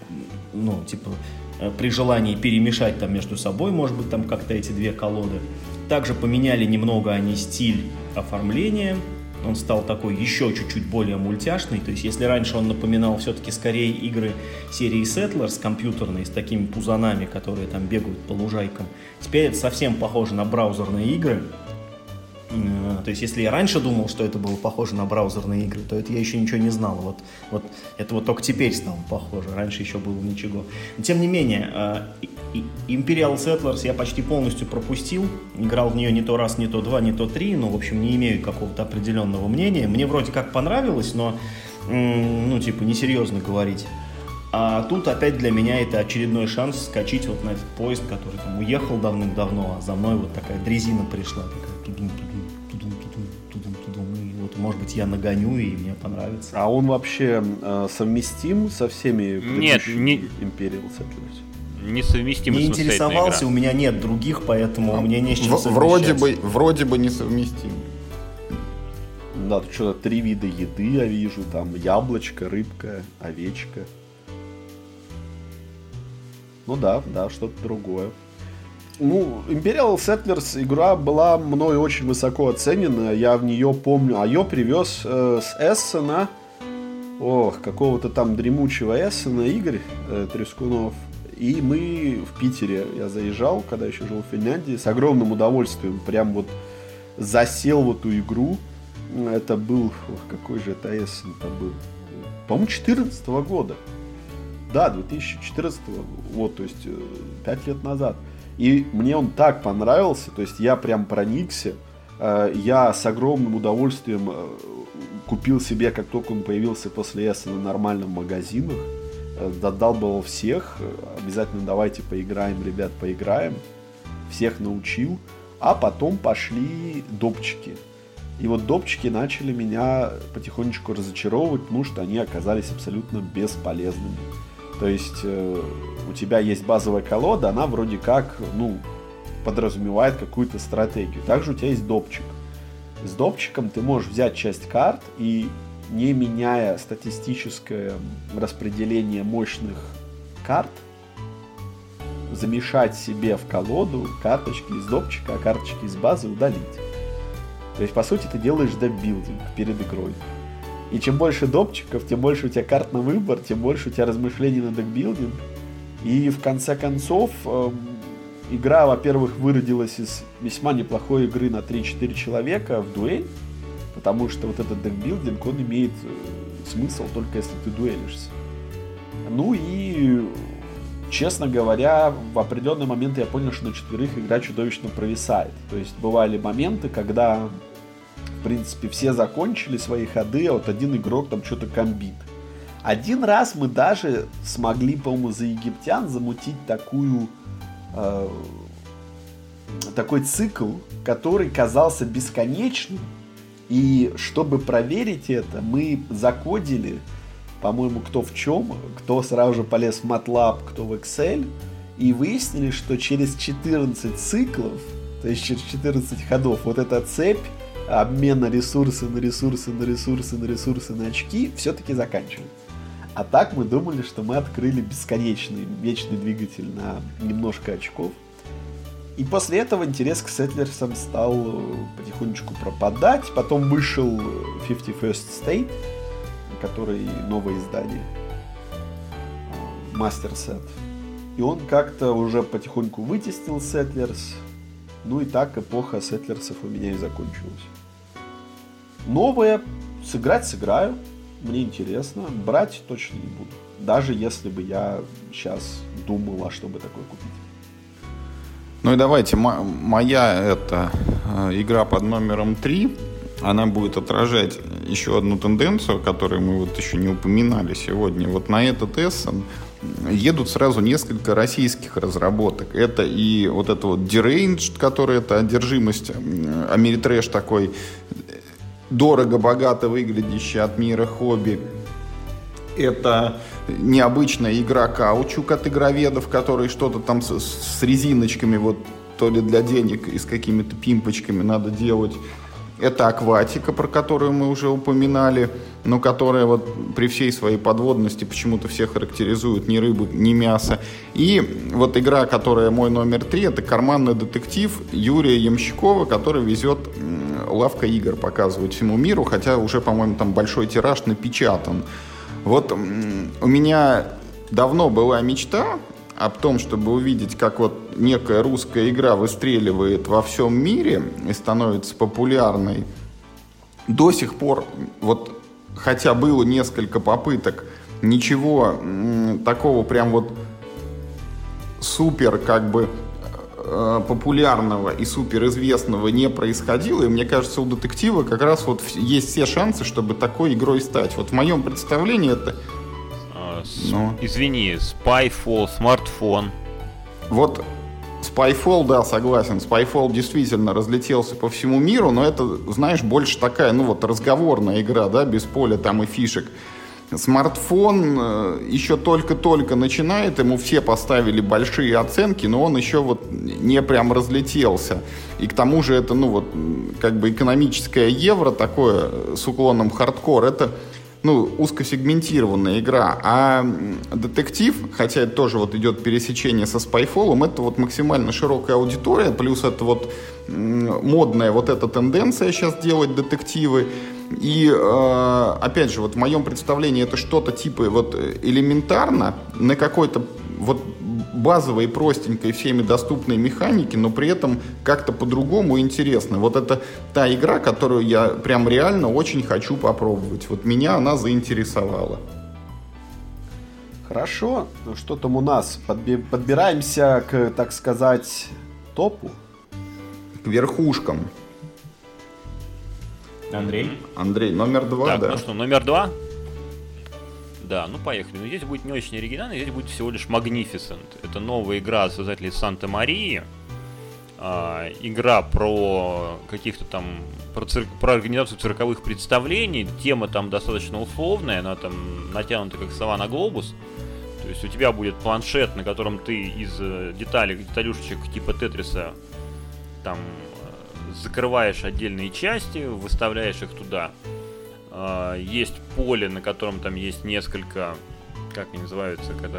B: при желании перемешать там между собой, может быть, там как-то эти 2 колоды. Также поменяли немного они стиль оформления. Он стал такой еще чуть-чуть более мультяшный. То есть, если раньше он напоминал все-таки скорее игры серии Settlers компьютерные с такими пузанами, которые там бегают по лужайкам, теперь это совсем похоже на браузерные игры. То есть, если я раньше думал, что это было похоже на браузерные игры, то это я еще ничего не знал. Вот это вот только теперь стало похоже. Раньше еще было ничего. Но, тем не менее, Imperial Settlers я почти полностью пропустил. Играл в нее не то раз, не то 2, не то 3. В общем, не имею какого-то определенного мнения. Мне вроде как понравилось, но, несерьезно говорить. А тут опять для меня это очередной шанс скачать вот на этот поезд, который там уехал давным-давно, а за мной вот такая дрезина пришла, такая и вот, может быть, я нагоню, и мне понравится.
C: А он вообще совместим со всеми предыдущими Imperial Settlers?
D: Несовместим.
B: Не интересовался, у меня нет других, поэтому мне не с чем совмещать.
A: Вроде бы несовместим.
C: Да, тут что-то 3 вида еды я вижу, там яблочко, рыбка, овечка. Ну да, что-то другое. Imperial Settlers игра была мной очень высоко оценена. Я в нее помню. А ее привез с Эссена. Какого-то там дремучего Эссена Игорь Трескунов. И мы в Питере, я заезжал, когда еще жил в Финляндии, с огромным удовольствием прям вот засел в эту игру. Это был... какой же это Эссен-то был? По-моему, 2014 года. Да, 2014, то есть 5 лет назад. И мне он так понравился, то есть я прям проникся. Я с огромным удовольствием купил себе, как только он появился после S на нормальных магазинах. Додалбывал всех. Обязательно давайте поиграем, ребят, поиграем. Всех научил. А потом пошли допчики. И вот допчики начали меня потихонечку разочаровывать, потому что они оказались абсолютно бесполезными. То есть у тебя есть базовая колода, она вроде как, подразумевает какую-то стратегию. Также у тебя есть допчик. С допчиком ты можешь взять часть карт и, не меняя статистическое распределение мощных карт, замешать себе в колоду карточки из допчика, а карточки из базы удалить. То есть, по сути, ты делаешь декбилдинг перед игрой. И чем больше допчиков, тем больше у тебя карт на выбор, тем больше у тебя размышлений на декбилдинг. И в конце концов, игра, во-первых, выродилась из весьма неплохой игры на 3-4 человека в дуэль, потому что вот этот декбилдинг, он имеет смысл только если ты дуэлишься. Ну и, честно говоря, в определенный момент я понял, что на 4 игра чудовищно провисает. То есть бывали моменты, когда, в принципе, все закончили свои ходы, а вот один игрок там что-то комбит. Один раз мы даже смогли, по-моему, за египтян замутить такой цикл, который казался бесконечным. И чтобы проверить это, мы закодили, по-моему, кто в чем, кто сразу же полез в MATLAB, кто в Excel, и выяснили, что через 14 циклов, то есть через 14 ходов, вот эта цепь обмена ресурсы на ресурсы, на ресурсы, на ресурсы, на очки все-таки заканчивается. А так мы думали, что мы открыли бесконечный, вечный двигатель на немножко очков. И после этого интерес к Settlers стал потихонечку пропадать. Потом вышел 51st State, который новое издание, Master Set. И он как-то уже потихоньку вытеснил Settlers. Ну и так эпоха Settlers у меня и закончилась. Новое сыграть сыграю. Мне интересно. Брать точно не буду. Даже если бы я сейчас думал, а что бы такое купить.
A: Ну и давайте, моя игра под номером 3, она будет отражать еще одну тенденцию, которую мы вот еще не упоминали сегодня. Вот на этот Essen едут сразу несколько российских разработок. Это и вот это вот Deranged, который это одержимость, Америтрэш такой, дорого-богато выглядящий от мира хобби. Это необычная игра Каучук от игроведов, которые что-то там с резиночками, вот то ли для денег и с какими-то пимпочками надо делать. Это Акватика, про которую мы уже упоминали, но которая вот при всей своей подводности почему-то все характеризуют ни рыбу, ни мясо. И вот игра, которая мой номер 3, это карманный детектив Юрия Ямщикова, который везет Лавка игр, показывает всему миру, хотя уже, по-моему, там большой тираж напечатан. Вот у меня давно была мечта о том, чтобы увидеть, как вот некая русская игра выстреливает во всем мире и становится популярной. До сих пор, вот, хотя было несколько попыток, ничего такого прям вот супер как бы популярного и суперизвестного не происходило, и мне кажется, у детектива как раз вот есть все шансы, чтобы такой игрой стать. Вот в моем представлении это...
D: Извини, Spyfall, смартфон.
A: Вот Spyfall, да, согласен, Spyfall действительно разлетелся по всему миру, но это, знаешь, больше такая, разговорная игра, да, без поля там и фишек. Смартфон еще только-только начинает, ему все поставили большие оценки, но он еще вот не прям разлетелся. И к тому же это, как бы экономическое евро такое с уклоном хардкор, это, узкосегментированная игра. А детектив, хотя это тоже вот идет пересечение со Spyfall, это вот максимально широкая аудитория, плюс это вот модная вот эта тенденция сейчас делать детективы. И, опять же, вот в моем представлении это что-то типа вот элементарно, на какой-то вот базовой, простенькой, всеми доступной механике, но при этом как-то по-другому интересно. Вот это та игра, которую я прям реально очень хочу попробовать. Вот меня она заинтересовала.
C: Хорошо. Ну, что там у нас? Подбираемся к, так сказать, топу.
A: К верхушкам.
B: Андрей,
A: номер 2,
D: Так,
A: да.
D: ну что, номер 2? Да, ну поехали. Но здесь будет не очень оригинально, здесь будет всего лишь Magnificent. Это новая игра от создателей Санта-Марии. Игра про каких-то там про организацию цирковых представлений. Тема там достаточно условная, она там натянута как сова на глобус. То есть у тебя будет планшет, на котором ты из деталюшечек типа Тетриса там закрываешь отдельные части, выставляешь их туда. Есть поле, на котором там есть несколько, как они называются, когда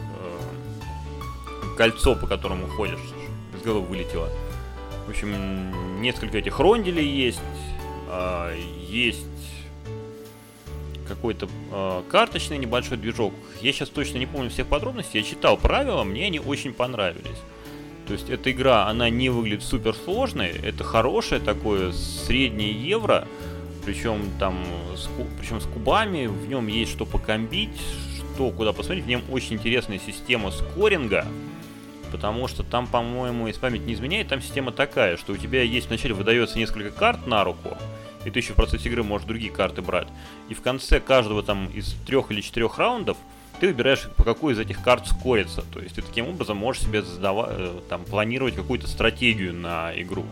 D: кольцо, по которому ходишь, из головы вылетело. В общем, несколько этих ронделей есть, есть какой-то карточный небольшой движок. Я сейчас точно не помню всех подробностей, я читал правила, мне они очень понравились. То есть эта игра, она не выглядит супер сложной, это хорошее такое среднее евро, причем с кубами, в нем есть что покомбить, что куда посмотреть, в нем очень интересная система скоринга, потому что там, по-моему, если память не изменяет, там система такая, что у тебя есть вначале выдается несколько карт на руку, и ты еще в процессе игры можешь другие карты брать, и в конце каждого там из 3 или 4 раундов ты выбираешь, по какой из этих карт скориться. То есть ты таким образом можешь себе планировать какую-то стратегию на игру.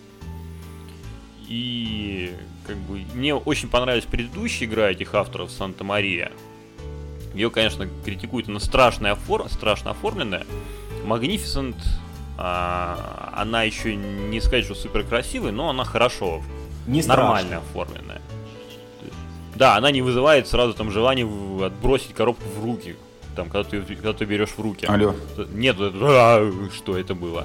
D: И как бы мне очень понравилась предыдущая игра этих авторов Санта-Мария. Ее, конечно, критикуют, она страшно оформленная. Magnificent, она еще не сказать, что супер красивая, но она хорошо, нормально оформленная. Да, она не вызывает сразу там желание отбросить коробку в руки, там, когда ты берешь в руки.
A: Алло.
D: Нет, что это было.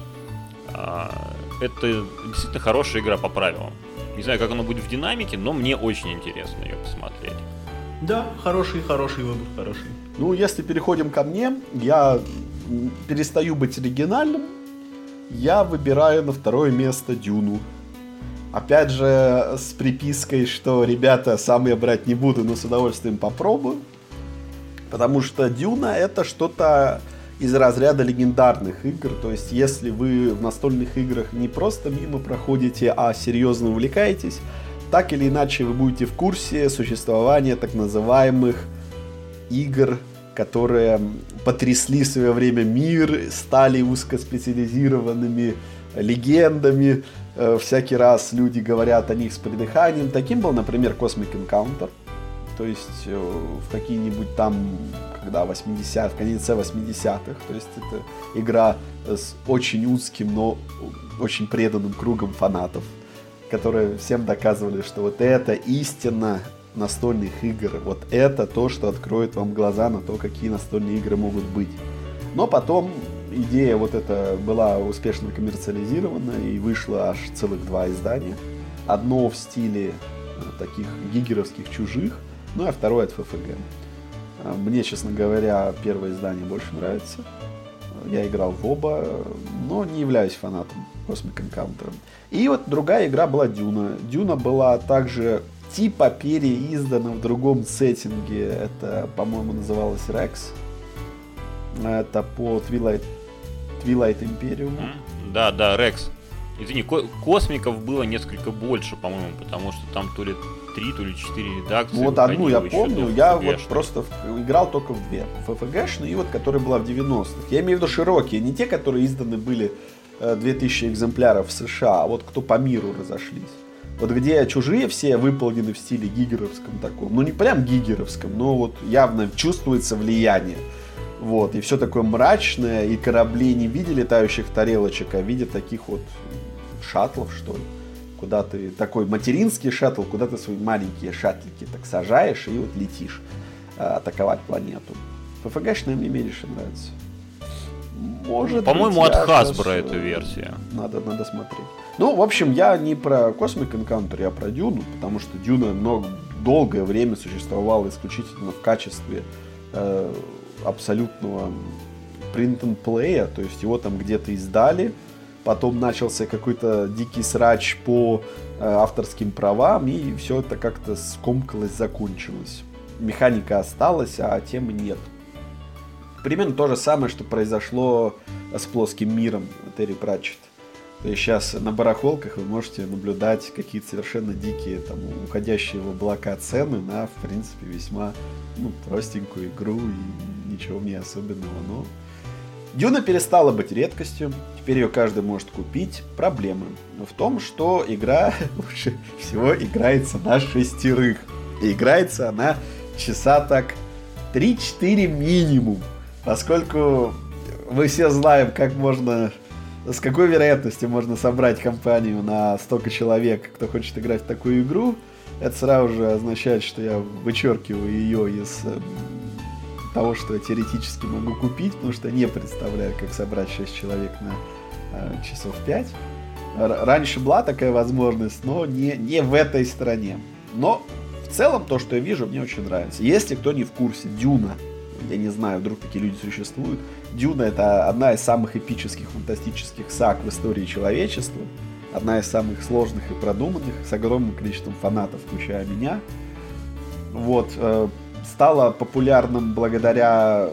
D: Это действительно хорошая игра по правилам. Не знаю, как она будет в динамике, но мне очень интересно ее посмотреть.
B: Да, хороший выбор, хороший.
C: Ну, если переходим ко мне, я перестаю быть оригинальным, я выбираю на второе место Дюну. Опять же, с припиской, что, ребята, сам я брать не буду, но с удовольствием попробую. Потому что Дюна — это что-то из разряда легендарных игр. То есть, если вы в настольных играх не просто мимо проходите, а серьезно увлекаетесь, так или иначе вы будете в курсе существования так называемых игр, которые потрясли в свое время мир, стали узкоспециализированными легендами. Всякий раз люди говорят о них с придыханием. Таким был, например, Cosmic Encounter. То есть в какие-нибудь там, когда в конце 80-х. То есть это игра с очень узким, но очень преданным кругом фанатов, которые всем доказывали, что вот это истина настольных игр. Вот это то, что откроет вам глаза на то, какие настольные игры могут быть. Но потом идея вот эта была успешно коммерциализирована и вышло аж целых 2 издания. Одно в стиле таких гигеровских чужих, ну а второе от ФФГ. Мне, честно говоря, первое издание больше нравится. Я играл в оба, но не являюсь фанатом Cosmic Encounter. И вот другая игра была Дюна. Дюна была также типа переиздана в другом сеттинге. Это, по-моему, называлось Rex. Это по Twilight Imperium.
D: Да, Рекс. Извини, космиков было несколько больше, по-моему, потому что там то ли 3, то ли 4 редакции.
C: Вот одну я помню, я вот просто играл только в 2. ФФГшную и вот, которая была в 90-х. Я имею в виду широкие, не те, которые изданы были 2000 экземпляров в США, а вот кто по миру разошлись. Вот где чужие все выполнены в стиле гигеровском таком. Ну не прям гигеровском, но вот явно чувствуется влияние. Вот, и все такое мрачное, и корабли не в виде летающих тарелочек, а в виде таких вот шаттлов, что ли. Куда ты, такой материнский шаттл, куда ты свои маленькие шаттлики так сажаешь и вот летишь атаковать планету. ФФГшная мне меньше нравится. Может
D: по-моему,
C: быть,
D: от Hasbro эта версия.
C: Надо смотреть. Ну, в общем, я не про Cosmic Encounter, я про Дюну, потому что Дюна долгое время существовала исключительно в качестве абсолютного print and play, то есть его там где-то издали, потом начался какой-то дикий срач по авторским правам, и все это как-то скомкалось, закончилось. Механика осталась, а темы нет. примерно то же самое, что произошло с плоским миром Терри Пратчетт. То есть сейчас на барахолках вы можете наблюдать какие-то совершенно дикие, там, уходящие в облака цены на, в принципе, весьма простенькую игру и ничего в ней особенного. Но Дюна перестала быть редкостью, теперь ее каждый может купить. Проблема в том, что игра лучше всего играется на 6. И играется она часа так 3-4 минимум, поскольку мы все знаем, как можно... С какой вероятностью можно собрать компанию на столько человек, кто хочет играть в такую игру. Это сразу же означает, что я вычеркиваю ее из того, что я теоретически могу купить, потому что не представляю, как собрать 6 человек на часов 5. Раньше была такая возможность, но не в этой стране. Но в целом то, что я вижу, мне очень нравится. Если кто не в курсе, Дюна, я не знаю, вдруг такие люди существуют, Дюна — это одна из самых эпических, фантастических саг в истории человечества, одна из самых сложных и продуманных, с огромным количеством фанатов, включая меня. Вот, стала популярным благодаря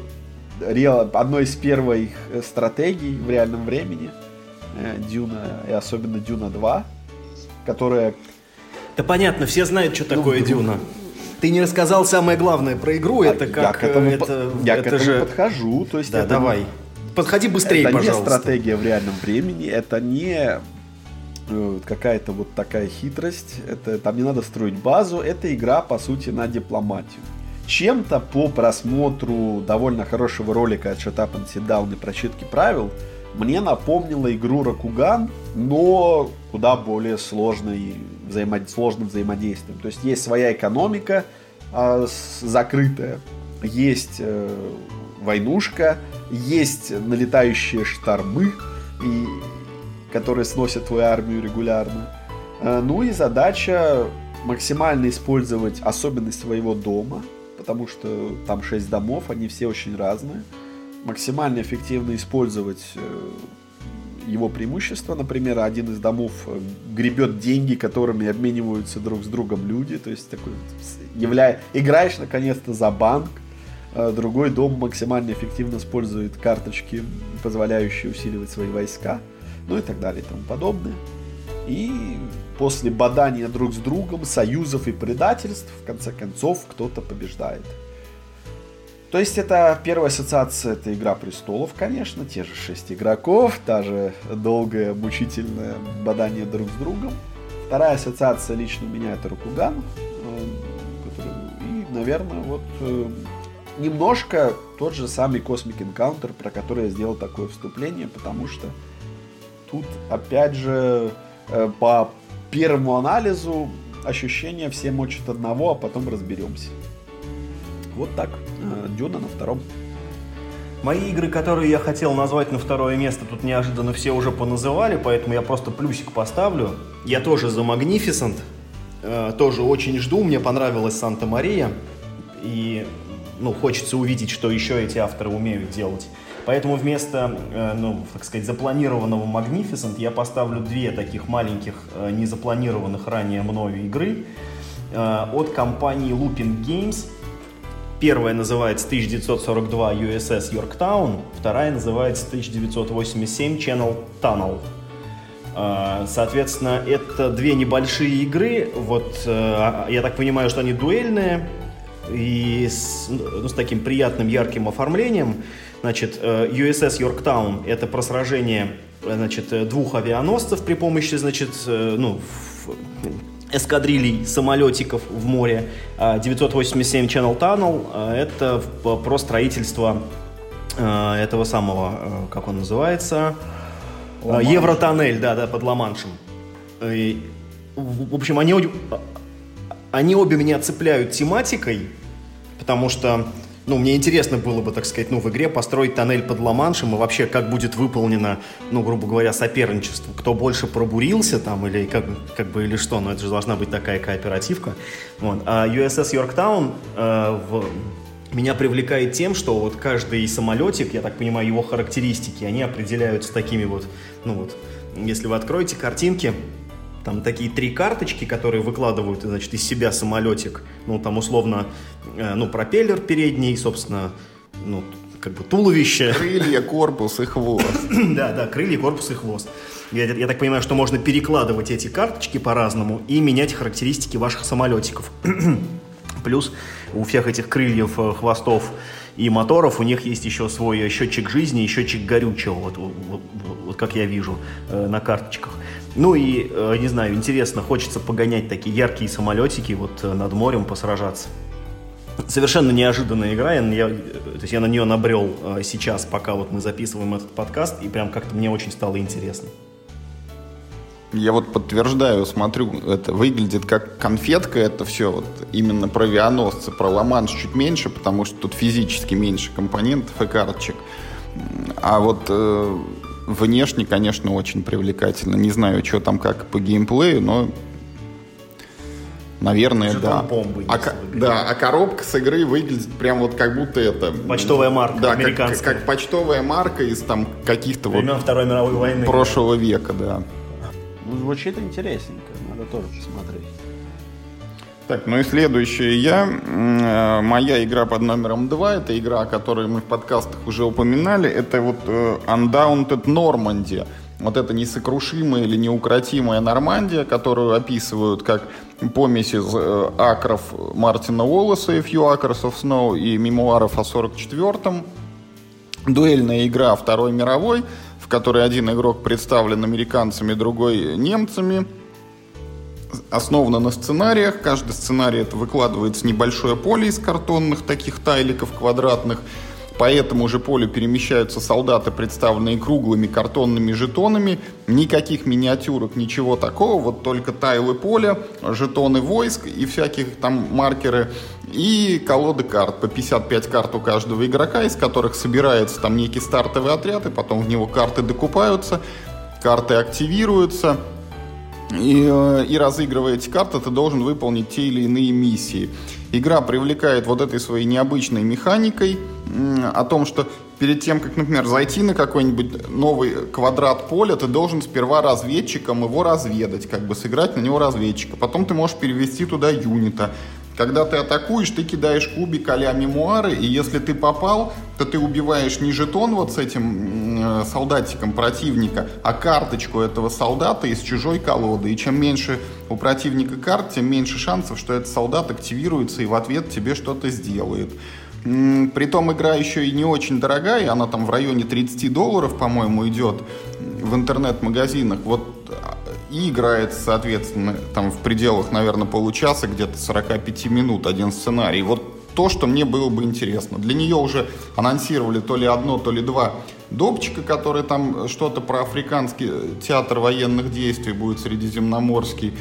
C: одной из первых стратегий в реальном времени, Дюна, и особенно Дюна 2, которая...
B: Да понятно, все знают, что такое Дюна. Ты не рассказал самое главное про игру, это как...
C: Я к этому подхожу. То есть
B: да, давай. Подходи быстрее,
C: это
B: пожалуйста.
C: Это не стратегия в реальном времени, это не какая-то вот такая хитрость, там не надо строить базу, это игра, по сути, на дипломатию. Чем-то по просмотру довольно хорошего ролика от Shut Up and Sit Down и прочитки правил мне напомнила игру Рокуган, но куда более сложным взаимодействием. То есть есть своя экономика закрытая, есть войнушка, есть налетающие штормы, которые сносят твою армию регулярно. Ну и задача максимально использовать особенность своего дома, потому что там 6 домов, они все очень разные. Максимально эффективно использовать его преимущества. Например, один из домов гребет деньги, которыми обмениваются друг с другом люди. То есть такой, играешь наконец-то за банк. Другой дом максимально эффективно использует карточки, позволяющие усиливать свои войска. Ну и так далее и тому подобное. И после бадания друг с другом, союзов и предательств, в конце концов, кто-то побеждает. То есть это первая ассоциация, это Игра престолов, конечно, те же 6 игроков, та же долгое, мучительное бадание друг с другом. Вторая ассоциация лично у меня это Рокуган. И, наверное, вот немножко тот же самый Cosmic Encounter, про который я сделал такое вступление, потому что тут, опять же, по первому анализу ощущения все мочат одного, а потом разберемся. Вот так. Дюна на 2.
B: Мои игры, которые я хотел назвать на 2 место, тут неожиданно все уже поназывали, поэтому я просто плюсик поставлю. Я тоже за Magnificent. Тоже очень жду. Мне понравилась Санта-Мария. И хочется увидеть, что еще эти авторы умеют делать. Поэтому вместо, так сказать, запланированного Magnificent я поставлю 2 таких маленьких, незапланированных ранее мною игры от компании Looping Games. Первая называется 1942 USS Yorktown, вторая называется 1987 Channel Tunnel. Соответственно, это 2 небольшие игры. Вот, я так понимаю, что они дуэльные и с таким приятным ярким оформлением. Значит, USS Yorktown — это про сражение, 2 авианосцев при помощи, эскадрилей самолетиков в море. 987 Channel Tunnel — это про строительство этого самого, как он называется, Евротоннель, да, под Ла-Маншем. В общем, они обе меня цепляют тематикой, потому что мне интересно было бы, так сказать, в игре построить тоннель под Ла-Маншем и вообще, как будет выполнено, грубо говоря, соперничество. Кто больше пробурился там или или что, это же должна быть такая кооперативка. Вот. А USS Yorktown меня привлекает тем, что вот каждый самолетик, я так понимаю, его характеристики, они определяются такими если вы откроете картинки, там такие 3 карточки, которые выкладывают, из себя самолетик. Там условно, пропеллер передний, собственно, как бы туловище.
A: Крылья, корпус и хвост.
B: Да, крылья, корпус и хвост. Я так понимаю, что можно перекладывать эти карточки по-разному и менять характеристики ваших самолетиков. Плюс у всех этих крыльев, хвостов и моторов у них есть еще свой счетчик жизни и счетчик горючего, вот как я вижу на карточках. Ну и, не знаю, интересно, хочется погонять такие яркие самолетики, вот над морем посражаться. Совершенно неожиданная игра, то есть я на нее набрел сейчас, пока вот мы записываем этот подкаст, и прям как-то мне очень стало интересно.
A: Я вот подтверждаю, смотрю, это выглядит как конфетка, это все вот именно про авианосцы, про Ла-Манш чуть меньше, потому что тут физически меньше компонентов и карточек. А вот внешне, конечно, очень привлекательно. Не знаю, что там как по геймплею, но, наверное, да. А коробка с игры выглядит прям вот как будто это...
B: Почтовая марка,
A: да,
B: американская.
A: как почтовая марка из там каких-то
B: времен
A: вот
B: Второй мировой войны.
A: Прошлого века, да.
C: Звучит интересненько, надо тоже посмотреть.
A: Так, ну и следующая моя игра под номером 2, это игра, о которой мы в подкастах уже упоминали, это вот Undaunted Normandy. Вот это несокрушимая или неукротимая Нормандия, которую описывают как помесь из акров Мартина Уоллеса и Few Acres of Snow и мемуаров о 44-м. Дуэльная игра Второй мировой, в которой один игрок представлен американцами, другой немцами. Основана на сценариях. Каждый сценарий это выкладывается небольшое поле из картонных таких тайликов квадратных. По этому же полю перемещаются солдаты, представленные круглыми картонными жетонами. Никаких миниатюрок, ничего такого. Вот только тайлы поля, жетоны войск и всяких там маркеры. И колоды карт. По 55 карт у каждого игрока, из которых собирается там некий стартовый отряд, и потом в него карты докупаются, карты активируются. И разыгрывая эти карты, ты должен выполнить те или иные миссии. Игра привлекает вот этой своей необычной механикой, о том, что перед тем, как, например, зайти на какой-нибудь новый квадрат поля, ты должен сперва разведчиком его разведать, как бы сыграть на него разведчика. Потом ты можешь перевести туда юнита. Когда ты атакуешь, ты кидаешь кубик а-ля мемуары, и если ты попал, то ты убиваешь не жетон вот с этим солдатиком противника, а карточку этого солдата из чужой колоды. И чем меньше у противника карт, тем меньше шансов, что этот солдат активируется и в ответ тебе что-то сделает. Притом игра еще и не очень дорогая, она там в районе $30, по-моему, идет в интернет-магазинах. Вот и играется, соответственно, там в пределах, наверное, получаса, где-то 45 минут один сценарий. Вот то, что мне было бы интересно. Для нее уже анонсировали то ли одно, то ли два допчика, которые там что-то про африканский театр военных действий будет, средиземноморский.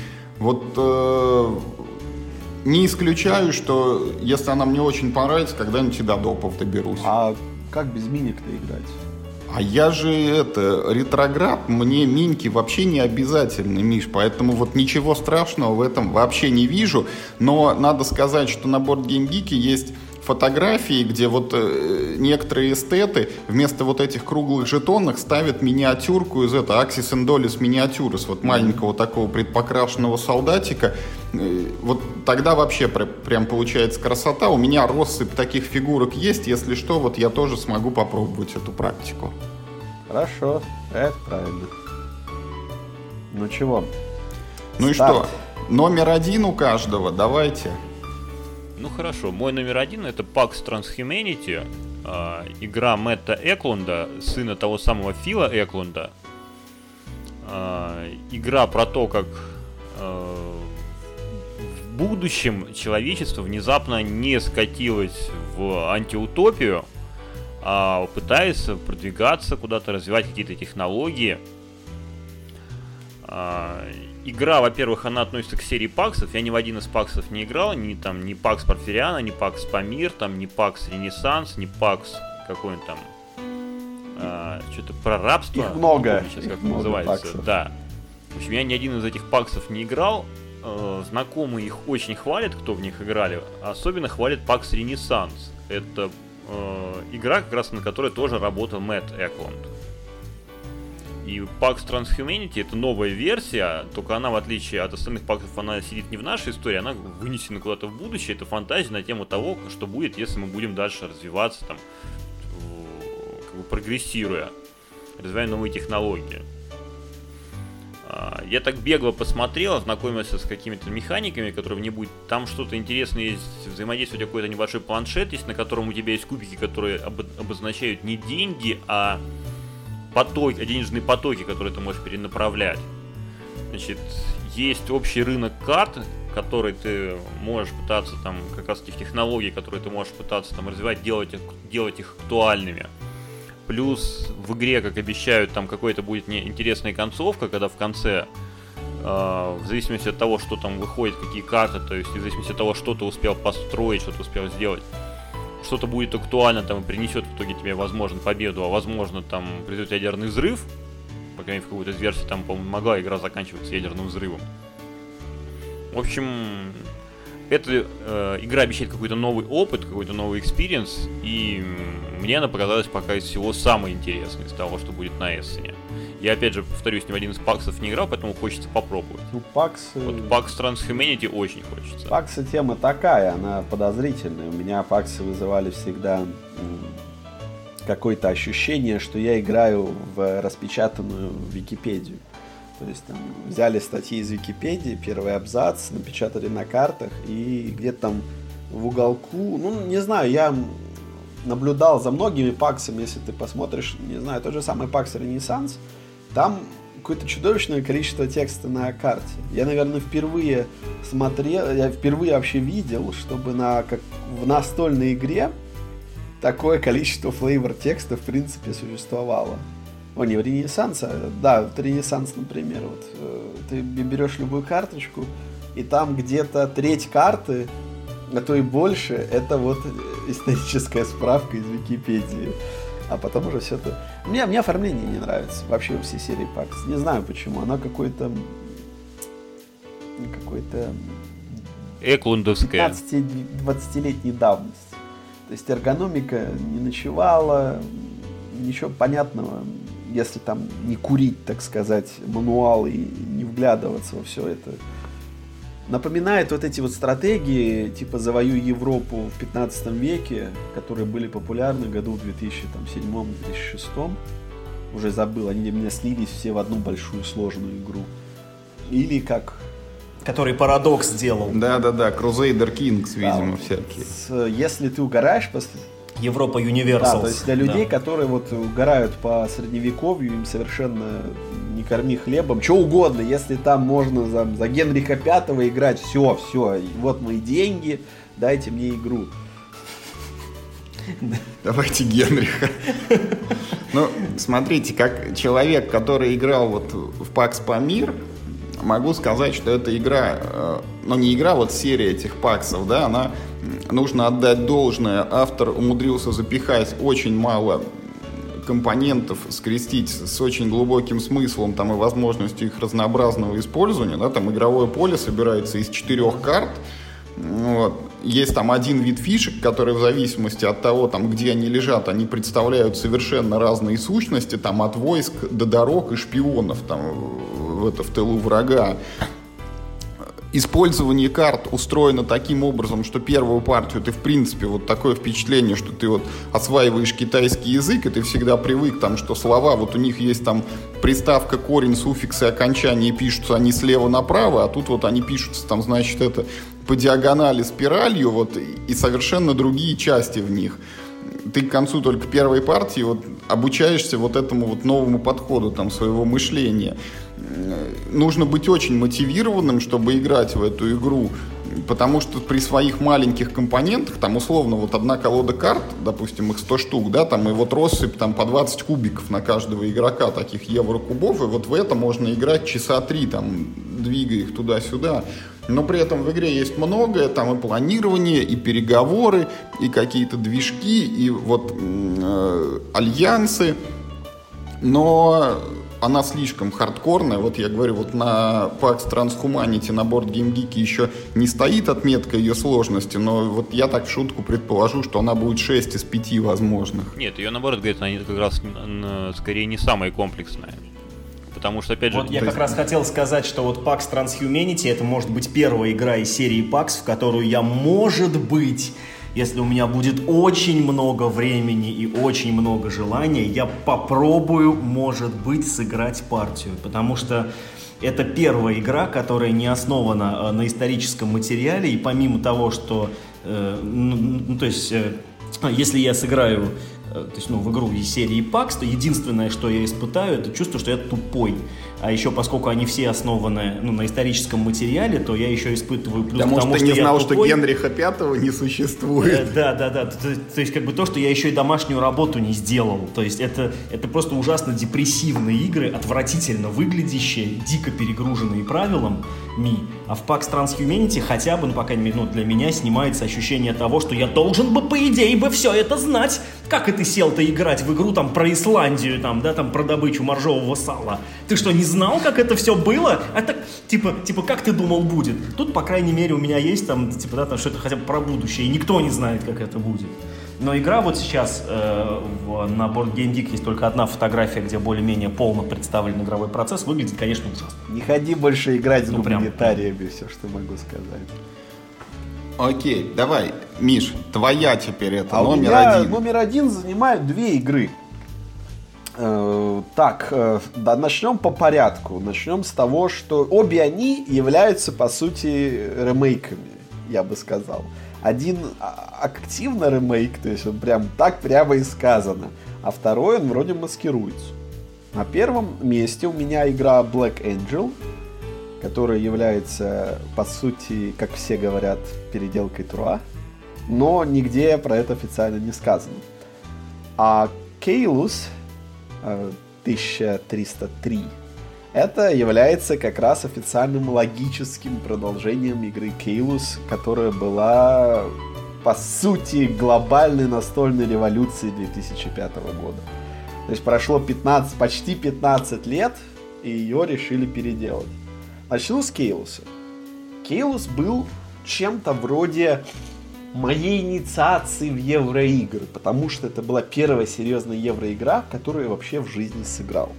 A: Вот не исключаю, что если она мне очень понравится, когда-нибудь и до допов доберусь.
C: А как без миник-то играть?
A: А я же ретроград, мне миньки вообще не обязательны, Миш, поэтому вот ничего страшного в этом вообще не вижу. Но надо сказать, что на Board Game Geek есть фотографии, где вот некоторые эстеты вместо вот этих круглых жетонов ставят миниатюрку из Axis and Dolus Miniatures, вот маленького такого предпокрашенного солдатика. Вот тогда вообще прям получается красота. У меня россыпь таких фигурок есть, если что, вот я тоже смогу попробовать эту практику.
C: Хорошо, это правильно. Ну чего?
A: Ну
C: Старт.
A: И что? Номер 1 у каждого, давайте.
D: Ну хорошо, мой номер 1 это Pax Transhumanity, игра Мэтта Эклунда, сына того самого Фила Эклунда. Игра про то, как в будущем человечество внезапно не скатилось в антиутопию, а пытается продвигаться куда-то, развивать какие-то технологии. Игра, во-первых, она относится к серии паксов. Я ни в один из паксов не играл. Ни Пакс Порфириана, ни Пакс Памир, ни Пакс Ренессанс, ни Пакс какой-нибудь там что-то про рабство.
C: Их много.
D: Сейчас
C: их
D: как
C: много
D: называется.
C: паксов.
D: Да. В общем, я ни один из этих паксов не играл. Знакомые их очень хвалят, кто в них играли. Особенно хвалят Пакс Ренессанс. Это игра, как раз на которой тоже работал Мэтт Эклунд. И Pax Transhumanity это новая версия, только она, в отличие от остальных паксов, она сидит не в нашей истории, она вынесена куда-то в будущее. Это фантазия на тему того, что будет, если мы будем дальше развиваться там, как бы прогрессируя, развивая новые технологии. Я так бегло посмотрел, ознакомился с какими-то механиками, которые в ней будет. Там что-то интересное есть, взаимодействовать какой-то небольшой планшет есть, на котором у тебя есть кубики, которые обозначают не деньги, а потоки, денежные потоки, которые ты можешь перенаправлять. Значит, есть общий рынок карт, который ты можешь пытаться там, как раз тех технологий, которые ты можешь пытаться там развивать, делать их актуальными. Плюс в игре, как обещают, там какая-то будет интересная концовка, когда в конце, в зависимости от того, что там выходит, какие карты, то есть в зависимости от того, что ты успел построить, что ты успел сделать, что-то будет актуально там и принесет в итоге тебе, возможно, победу, а возможно, там произойдет ядерный взрыв. По крайней мере, в какой-то из версий там, по-моему, могла игра заканчиваться ядерным взрывом. В общем, эта игра обещает какой-то новый опыт, какой-то новый экспириенс, и мне она показалась пока из всего самой интересной из того, что будет на Эссене. Я, опять же, повторюсь, ни в один из паксов не играл, поэтому хочется попробовать.
C: Ну, паксы...
D: Вот пакс Transhumanity очень хочется.
C: Паксы тема такая, она подозрительная. У меня паксы вызывали всегда какое-то ощущение, что я играю в распечатанную Википедию. То есть там взяли статьи из Википедии, первый абзац, напечатали на картах, и где-то там в уголку, ну, не знаю, я наблюдал за многими паксами, если ты посмотришь, не знаю, тот же самый пакс Ренессанс, там какое-то чудовищное количество текста на карте. Я, наверное, впервые смотрел, я впервые вообще видел, чтобы в настольной игре такое количество флейвор текста в принципе существовало. Не в Ренессанс, да, в Ренессанс, например, вот ты берешь любую карточку, и там где-то треть карты, а то и больше, это вот историческая справка из Википедии. А потом уже все это... Мне оформление не нравится, вообще все серии пакс. Не знаю почему, оно какое-то
D: Эклундовская.
C: 15-20-летней давности. То есть эргономика не ночевала, ничего понятного, если там не курить, так сказать, мануал и не вглядываться во все это. Напоминает вот эти вот стратегии, типа «Завоюй Европу» в 15 веке, которые были популярны в году в 2007-2006. Уже забыл, они для меня слились все в одну большую сложную игру. Или как...
B: Который Парадокс делал.
A: Да-да-да, Crusader Kings, видимо,
C: да,
A: всякие.
C: Если ты угораешь после...
B: Европа Universals.
C: Да, то есть для людей, которые вот угорают по средневековью, им совершенно не корми хлебом, что угодно, если там можно за Генриха V играть, все, вот мои деньги, дайте мне игру.
A: Давайте Генриха. Ну, смотрите, как человек, который играл вот в Pax Pamir, могу сказать, что эта игра, ну не игра, вот серия этих паксов, да, она, нужно отдать должное, автор умудрился запихать очень мало компонентов, скрестить с очень глубоким смыслом там и возможностью их разнообразного использования, да, там игровое поле собирается из 4 карт, вот. Есть там один вид фишек, которые в зависимости от того, там, где они лежат, они представляют совершенно разные сущности, там, от войск до дорог и шпионов там, в тылу врага. Использование карт устроено таким образом, что первую партию ты, в принципе, вот такое впечатление, что ты вот осваиваешь китайский язык, и ты всегда привык, там, что слова, вот у них есть там приставка, корень, суффиксы, окончания, и пишутся они слева направо, а тут вот они пишутся, там, значит, это по диагонали спиралью, вот, и совершенно другие части в них. Ты к концу только первой партии вот обучаешься вот этому вот новому подходу там своего мышления. Нужно быть очень мотивированным, чтобы играть в эту игру, потому что при своих маленьких компонентах, там условно вот одна колода карт, допустим, их 100 штук, да, там и вот россыпь там по 20 кубиков на каждого игрока, таких еврокубов, и вот в это можно играть часа 3, там, двигая их туда-сюда. Но при этом в игре есть многое, там и планирование, и переговоры, и какие-то движки, и вот альянсы, но она слишком хардкорная. Вот я говорю, вот на PAX Transhumanity на Board Game Geek еще не стоит отметка ее сложности, но вот я так в шутку предположу, что она будет 6 из 5 возможных.
D: Нет, ее наоборот, говорит, она как раз скорее не самая комплексная. Потому что, опять же...
B: Вот я как раз хотел сказать, что вот PAX Transhumanity это может быть первая игра из серии PAX, в которую я, может быть, если у меня будет очень много времени и очень много желания, я попробую, может быть, сыграть партию, потому что это первая игра, которая не основана на историческом материале, и помимо того, что, если я сыграю в игру из серии PAX, то единственное, что я испытаю, это чувство, что я тупой. А еще, поскольку они все основаны на историческом материале, то я еще испытываю плюс
A: потому
B: тому,
A: что ты не знал,
B: тупой.
A: что Генриха V не существует.
B: Да. То есть, как бы то, что я еще и домашнюю работу не сделал. То есть, это просто ужасно депрессивные игры, отвратительно выглядящие, дико перегруженные правилами. А в PAX Transhumanity хотя бы, по крайней мере, для меня снимается ощущение того, что я должен бы, по идее, все это знать. Как и ты сел-то играть в игру про Исландию, про добычу моржового сала? Ты что, не знал, как это все было? А так, как ты думал будет? Тут, по крайней мере, у меня есть что-то хотя бы про будущее, и никто не знает, как это будет. Но игра вот сейчас на Board Game Geek есть только одна фотография, где более-менее полно представлен игровой процесс. Выглядит, конечно, ужасно.
C: Не ходи больше играть с гуманитариями, все, что могу сказать.
A: Окей, давай, Миш, твоя теперь это,
C: номер
A: номер один.
C: Номер один занимают две игры. Начнем по порядку. Начнем с того, что обе они являются, по сути, ремейками, я бы сказал. Один активно ремейк, то есть он прямо и сказано, а второй он вроде маскируется. На первом месте у меня игра Black Angel, которая является, по сути, как все говорят, переделкой Труа, но нигде про это официально не сказано. А Keylus 1303 это является как раз официальным логическим продолжением игры Keylus, которая была, по сути, глобальной настольной революцией 2005 года. То есть прошло почти 15 лет, и ее решили переделать. Начну с Keylus. Keylus был чем-то вроде моей инициации в евроигры, потому что это была первая серьезная евроигра, которую я вообще в жизни сыграл.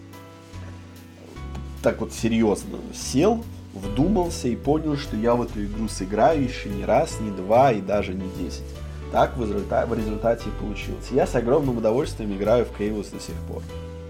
C: Так вот серьезно сел, вдумался и понял, что я в эту игру сыграю еще не раз, не два и даже не 10. Так в результате и получилось. Я с огромным удовольствием играю в Keylus до сих пор.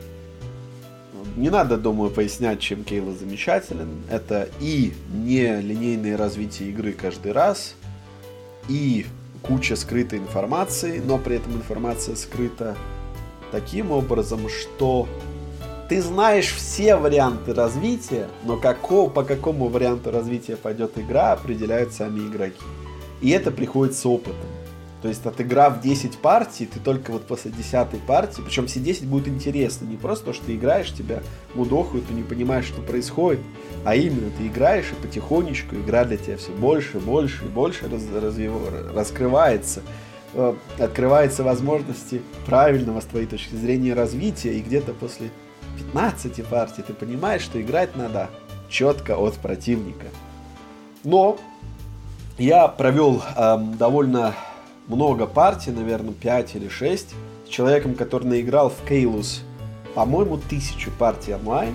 C: Не надо, думаю, пояснять, чем Keylus замечателен. Это и не линейное развитие игры каждый раз, и куча скрытой информации, но при этом информация скрыта таким образом, что ты знаешь все варианты развития, но по какому варианту развития пойдет игра, определяют сами игроки. И это приходит с опытом. То есть, отыграв 10 партий, ты только вот после 10-й партии, причем все 10 будет интересно, не просто то, что ты играешь, тебя мудохают, ты не понимаешь, что происходит, а именно ты играешь, и потихонечку игра для тебя все больше, больше и больше раскрывается. Открываются возможности правильного, с твоей точки зрения, развития, и где-то после 15 партий ты понимаешь, что играть надо четко от противника. Но я провел довольно много партий, наверное, 5 или 6, с человеком, который наиграл в Keylus, по-моему, 1000 партий онлайн.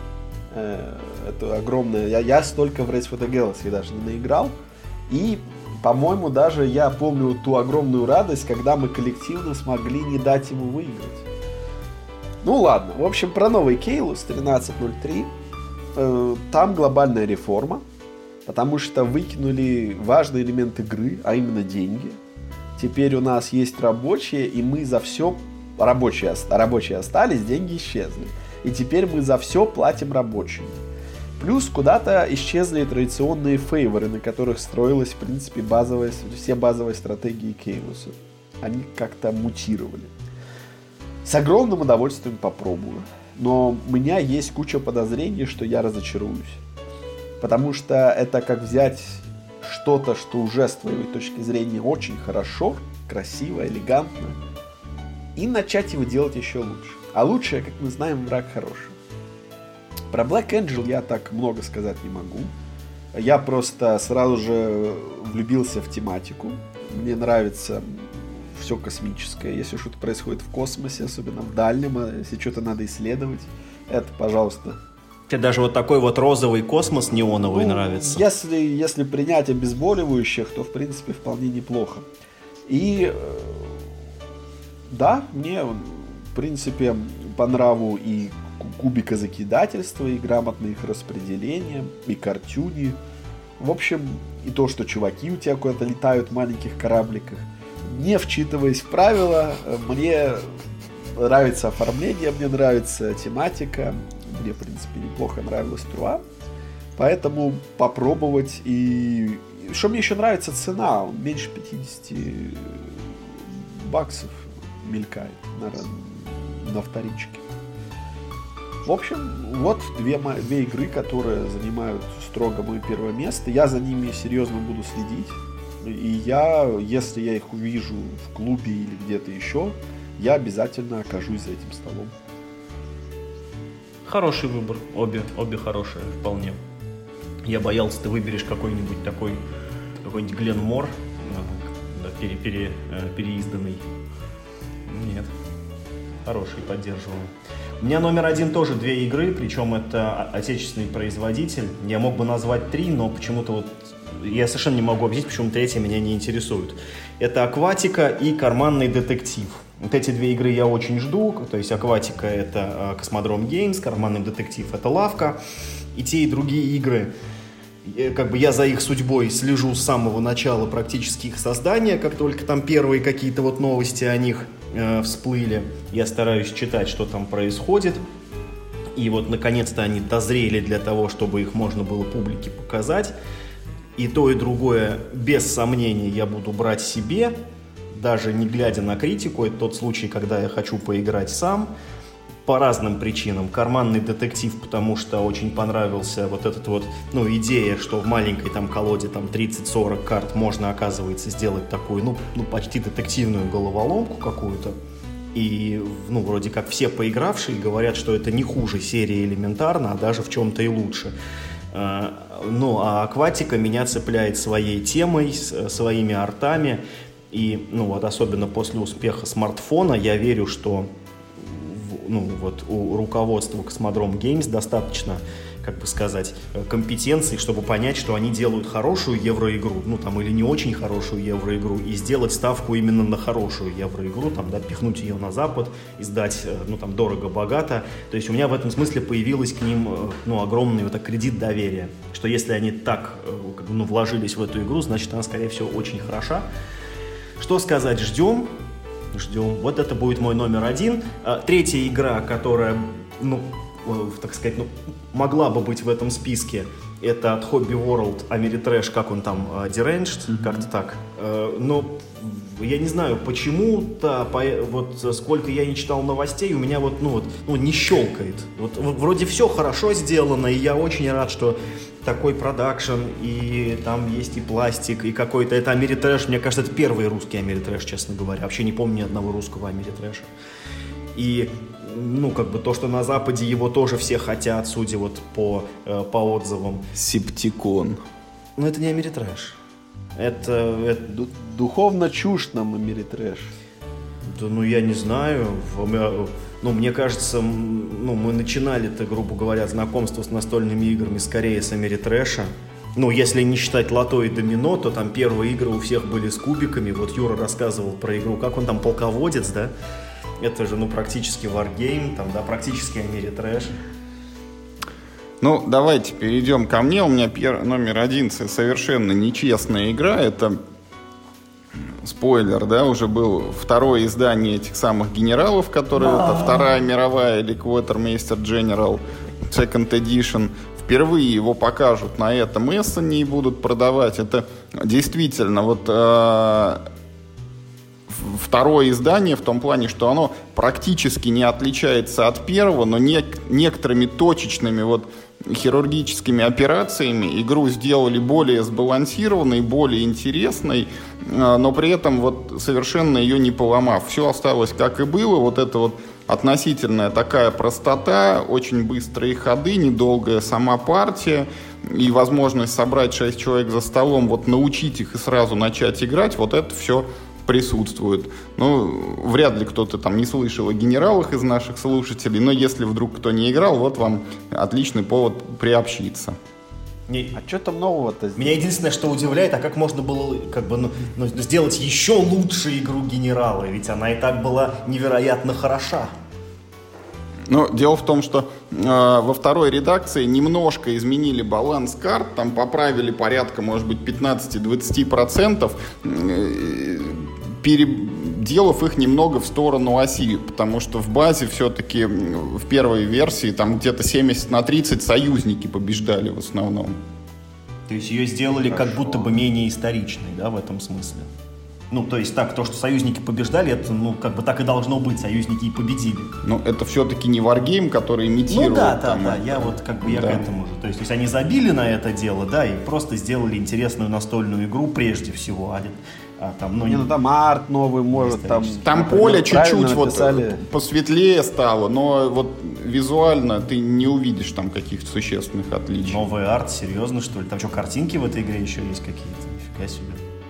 C: Это огромное. Я столько в Race for the Galaxy даже не наиграл. И, по-моему, даже я помню ту огромную радость, когда мы коллективно смогли не дать ему выиграть. Ну ладно, в общем, про новый Keylus 1303. Там глобальная реформа, потому что выкинули важный элемент игры, а именно деньги. Теперь у нас есть рабочие, и мы за все... Рабочие остались, деньги исчезли. И теперь мы за все платим рабочим. Плюс куда-то исчезли традиционные фейворы, на которых строилась, в принципе, все базовые стратегии Keylus. Они как-то мутировали. С огромным удовольствием попробую. Но у меня есть куча подозрений, что я разочаруюсь. Потому что это как взять что-то, что уже с твоей точки зрения очень хорошо, красиво, элегантно, и начать его делать еще лучше. А лучшее, как мы знаем, враг хорошего. Про Black Angel я так много сказать не могу. Я просто сразу же влюбился в тематику. Мне нравится все космическое. Если что-то происходит в космосе, особенно в дальнем, если что-то надо исследовать, это, пожалуйста.
B: Тебе даже вот такой вот розовый космос неоновый нравится?
C: Если принять обезболивающих, то, в принципе, вполне неплохо. И да, мне, в принципе, по нраву и кубикозакидательство, и грамотное их распределение, и картюни. В общем, и то, что чуваки у тебя куда-то летают в маленьких корабликах. Не вчитываясь в правила, мне нравится оформление, мне нравится тематика. Мне, в принципе, неплохо нравилась Труа. Поэтому попробовать. И что мне еще нравится, цена. Меньше 50 баксов мелькает на вторичке. В общем, вот две игры, которые занимают строго мое первое место. Я за ними серьезно буду следить. И если я их увижу в клубе или где-то еще, я обязательно окажусь за этим столом.
B: Хороший выбор. Обе хорошие, вполне. Я боялся, ты выберешь какой-нибудь Гленмор, переизданный. Нет. Хороший, поддерживаю. У меня номер один тоже две игры, причем это отечественный производитель. Я мог бы назвать три, но почему-то вот я совершенно не могу объяснить, почему третья меня не интересует. Это «Акватика» и «Карманный детектив». Вот эти две игры я очень жду. То есть «Акватика» — это Космодром Геймс, «Карманный детектив» — это Лавка. И те, и другие игры, как бы я за их судьбой слежу с самого начала практически их создания. Как только там первые какие-то вот новости о них всплыли, я стараюсь читать, что там происходит. И вот наконец-то они дозрели для того, чтобы их можно было публике показать. И то, и другое, без сомнений, я буду брать себе, даже не глядя на критику. Это тот случай, когда я хочу поиграть сам. По разным причинам. «Карманный детектив», потому что очень понравился вот этот вот, идея, что в маленькой там колоде там 30-40 карт можно, оказывается, сделать такую, почти детективную головоломку какую-то. И, вроде как все поигравшие говорят, что это не хуже серии «Элементарно», а даже в чем-то и лучше. А «Акватика» меня цепляет своей темой, своими артами. И, особенно после успеха смартфона, я верю, что у руководства Космодром Геймс достаточно, компетенций, чтобы понять, что они делают хорошую евроигру, или не очень хорошую евроигру, и сделать ставку именно на хорошую евроигру, пихнуть ее на Запад, издать, дорого-богато. То есть у меня в этом смысле появилось к ним, огромный кредит доверия, что если они так, вложились в эту игру, значит, она, скорее всего, очень хороша. Что сказать, ждем. Вот это будет мой номер один. Третья игра, которая, могла бы быть в этом списке, это от Hobby World Ameritrash, как он там, Deranged, как-то так. Но я не знаю, почему-то, сколько я не читал новостей, у меня не щелкает. Вроде все хорошо сделано, и я очень рад, что такой продакшн, и там есть и пластик, и какой-то... Это Америтрэш, мне кажется, это первый русский Америтрэш, честно говоря. Вообще не помню ни одного русского Америтрэша. И, то, что на Западе его тоже все хотят, судя по отзывам.
A: Септикон.
B: Но это не Америтрэш. Это...
C: Духовно чужд нам Америтрэш.
B: Да, я не знаю. Мне кажется, мы начинали-то, грубо говоря, знакомство с настольными играми скорее с Америтрэша. Если не считать лото и домино, то там первые игры у всех были с кубиками. Вот Юра рассказывал про игру, как он там, полководец, да? Это же, практически Wargame, практически Америтрэш.
A: Давайте перейдем ко мне. У меня номер один совершенно нечестная игра. Это... Спойлер, да, уже было второе издание этих самых генералов, которые это Вторая мировая или Quartermaster General Second Edition. Впервые его покажут на этом Эссене и будут продавать. Это действительно второе издание в том плане, что оно практически не отличается от первого, но некоторыми точечными хирургическими операциями игру сделали более сбалансированной, более интересной, но при этом совершенно ее не поломав. Все осталось как и было. Это относительная такая простота, очень быстрые ходы, недолгая сама партия и возможность собрать 6 человек за столом, научить их и сразу начать играть, это все присутствует. Вряд ли кто-то там не слышал о генералах из наших слушателей, но если вдруг кто не играл, вам отличный повод приобщиться.
C: А что там нового-то?
B: Меня единственное, что удивляет, а как можно было сделать еще лучше игру Генерала? Ведь она и так была невероятно хороша.
A: Но дело в том, что во второй редакции немножко изменили баланс карт, там поправили порядка, может быть, 15-20%, переделав их немного в сторону оси, потому что в базе все-таки в первой версии там где-то 70-30 союзники побеждали в основном.
B: То есть ее сделали как будто бы менее историчной, да, в этом смысле? Ну, то есть так, то, что союзники побеждали, это, ну, как бы так и должно быть, союзники и победили.
A: Ну, это все-таки не варгейм, который имитирует.
B: Ну да, я вот как бы я
A: да.
B: к этому же. То есть они забили на это дело, да, и просто сделали интересную настольную игру прежде всего.
C: Там арт новый, может, там...
A: Там поле чуть-чуть вот посветлее стало, но вот визуально ты не увидишь там каких-то существенных отличий.
B: Новый арт, серьезно, что ли? Там что, картинки в этой игре еще есть какие-то? Нифига себе.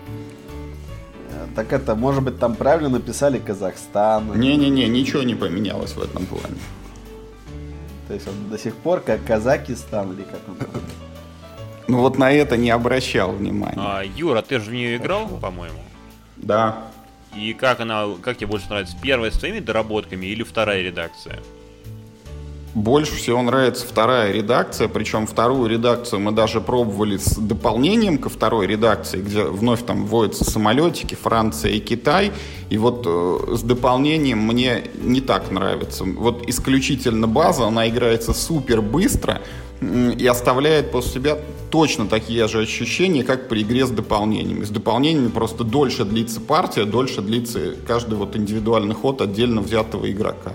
C: Так это, может быть, там правильно написали Казахстан?
A: Не-не-не, ничего не поменялось в этом плане.
C: То есть он до сих пор как Казахстан или как он там?
A: Ну вот на это не обращал внимания.
D: Юра, ты же в нее играл, по-моему?
A: Да.
D: И как тебе больше нравится? Первая с твоими доработками или вторая редакция?
A: Больше всего нравится вторая редакция, причем вторую редакцию мы даже пробовали с дополнением ко второй редакции, где вновь там вводятся самолетики, Франция и Китай, и вот с дополнением мне не так нравится. Вот исключительно база, она играется супер быстро и оставляет после себя точно такие же ощущения, как при игре с дополнениями. С дополнениями просто дольше длится партия, дольше длится каждый вот индивидуальный ход отдельно взятого игрока.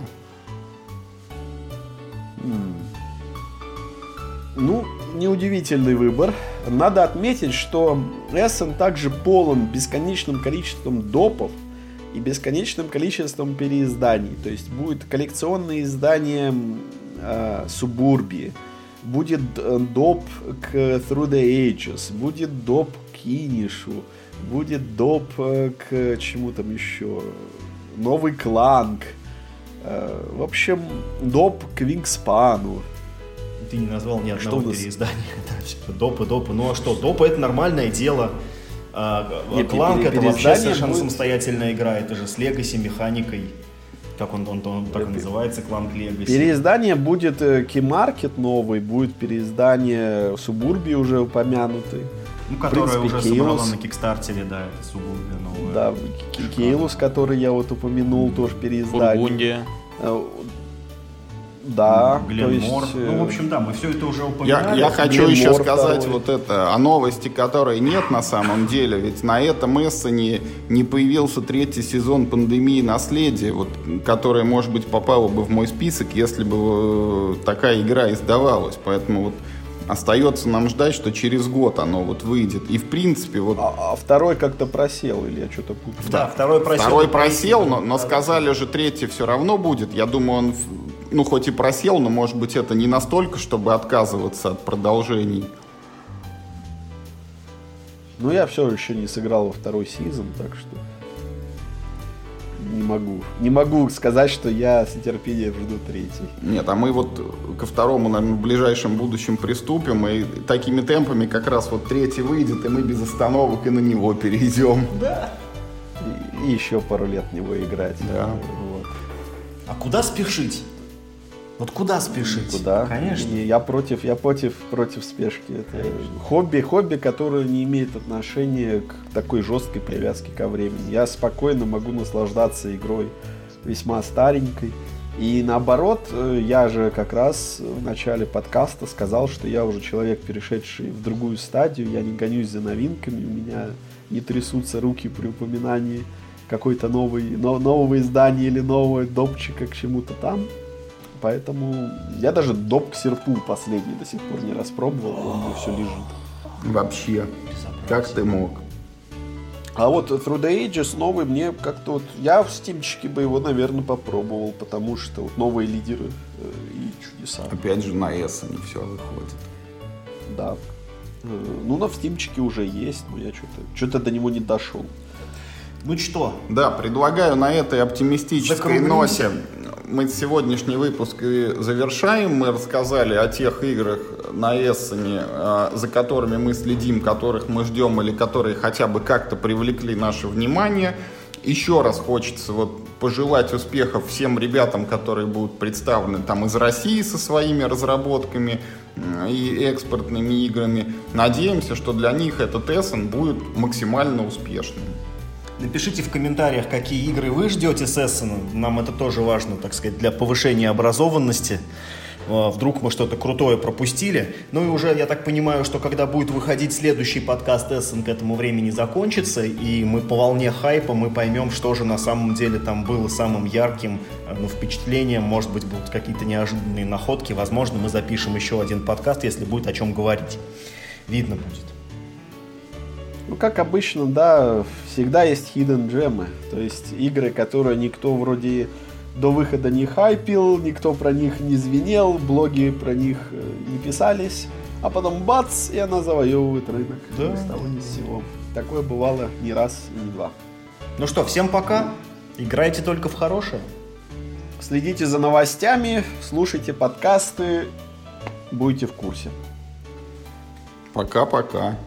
C: Ну, неудивительный выбор. Надо отметить, что Essen также полон бесконечным количеством допов и бесконечным количеством переизданий. То есть будет коллекционное издание Субурбии, будет доп к Through the Ages, будет доп к Инишу, будет доп к чему там еще, новый Кланг, в общем, доп к Вингспану.
B: Ты не назвал ни одного переиздания. Допы. Ну а что? Допы — это нормальное дело. Кланк — это вообще совершенно самостоятельная игра. Это же с Legacy механикой. Как он так и называется, Кланк Legacy.
C: Переиздание будет Keymarket новый, будет переиздание Субурбии уже упомянутый.
B: Ну, которая уже собрала на Кикстартере, да, это Субурбия новая.
C: Да, Кейлус, который я вот упомянул, тоже переиздание.
D: Бургундия.
C: Да,
B: Гленмор. Ну, в общем, да, мы все это уже упоминали.
A: Я хочу еще сказать вот это, о новости, которой нет на самом деле. Ведь на этом Эссене не появился третий сезон «Пандемии. Наследие», вот, которая, может быть, попала бы в мой список, если бы такая игра издавалась. Поэтому вот остается нам ждать, что через год оно вот выйдет. И в принципе вот...
C: А второй как-то просел, или я что-то путаю?
B: Да, второй просел.
A: Второй просел, но сказали же, третий все равно будет. Я думаю, он... Ну, хоть и просел, но, может быть, это не настолько, чтобы отказываться от продолжений.
C: Ну, я все еще не сыграл во второй сезон, так что не могу сказать, что я с нетерпением жду третий.
A: Нет, а мы вот ко второму, наверное, в ближайшем будущем приступим, и такими темпами как раз вот третий выйдет, и мы без остановок и на него перейдем.
B: Да.
C: И еще пару лет в него играть.
A: Да.
C: Вот.
B: А куда спешить? Вот куда спешить?
C: Куда?
B: Конечно.
C: Я против спешки. Это хобби, которое не имеет отношения к такой жесткой привязке ко времени. Я спокойно могу наслаждаться игрой весьма старенькой. И наоборот, я же как раз в начале подкаста сказал, что я уже человек, перешедший в другую стадию. Я не гонюсь за новинками, у меня не трясутся руки при упоминании какой-то нового издания или нового допчика к чему-то там. Поэтому я даже доп к серпу последний до сих пор не распробовал, он у меня все лежит.
A: Вообще, как ты мог?
C: А вот Through the Ages новый мне как-то вот... Я в стимчике бы его, наверное, попробовал, потому что вот новые лидеры и чудеса.
A: Опять же на Эссене все выходит.
C: Да. Ну, на в стимчике уже есть, но я что-то до него не дошел.
B: Ну что?
A: Да, предлагаю на этой оптимистической ноте мы сегодняшний выпуск завершаем. Мы рассказали о тех играх, на Эссене, за которыми мы следим, которых мы ждем или которые хотя бы как-то привлекли наше внимание. Еще раз хочется пожелать успехов всем ребятам, которые будут представлены там из России со своими разработками и экспортными играми. Надеемся, что для них этот Эссен будет максимально успешным.
B: Напишите в комментариях, какие игры вы ждете с Эссена. Нам это тоже важно, так сказать, для повышения образованности. Вдруг мы что-то крутое пропустили. Ну и уже, я так понимаю, что когда будет выходить следующий подкаст, Эссен к этому времени закончится, и мы по волне хайпа мы поймем, что же на самом деле там было самым ярким впечатлением. Может быть, будут какие-то неожиданные находки. Возможно, мы запишем еще один подкаст, если будет о чем говорить. Видно будет.
C: Ну, как обычно, да, всегда есть hidden gem'ы. То есть игры, которые никто вроде до выхода не хайпил, никто про них не звенел, блоги про них не писались, а потом бац, и она завоевывает рынок. Да. Ни с того, ни с сего. Такое бывало не раз и не два.
B: Ну что, всем пока. Играйте только в хорошее.
C: Следите за новостями, слушайте подкасты, будьте в курсе.
A: Пока-пока.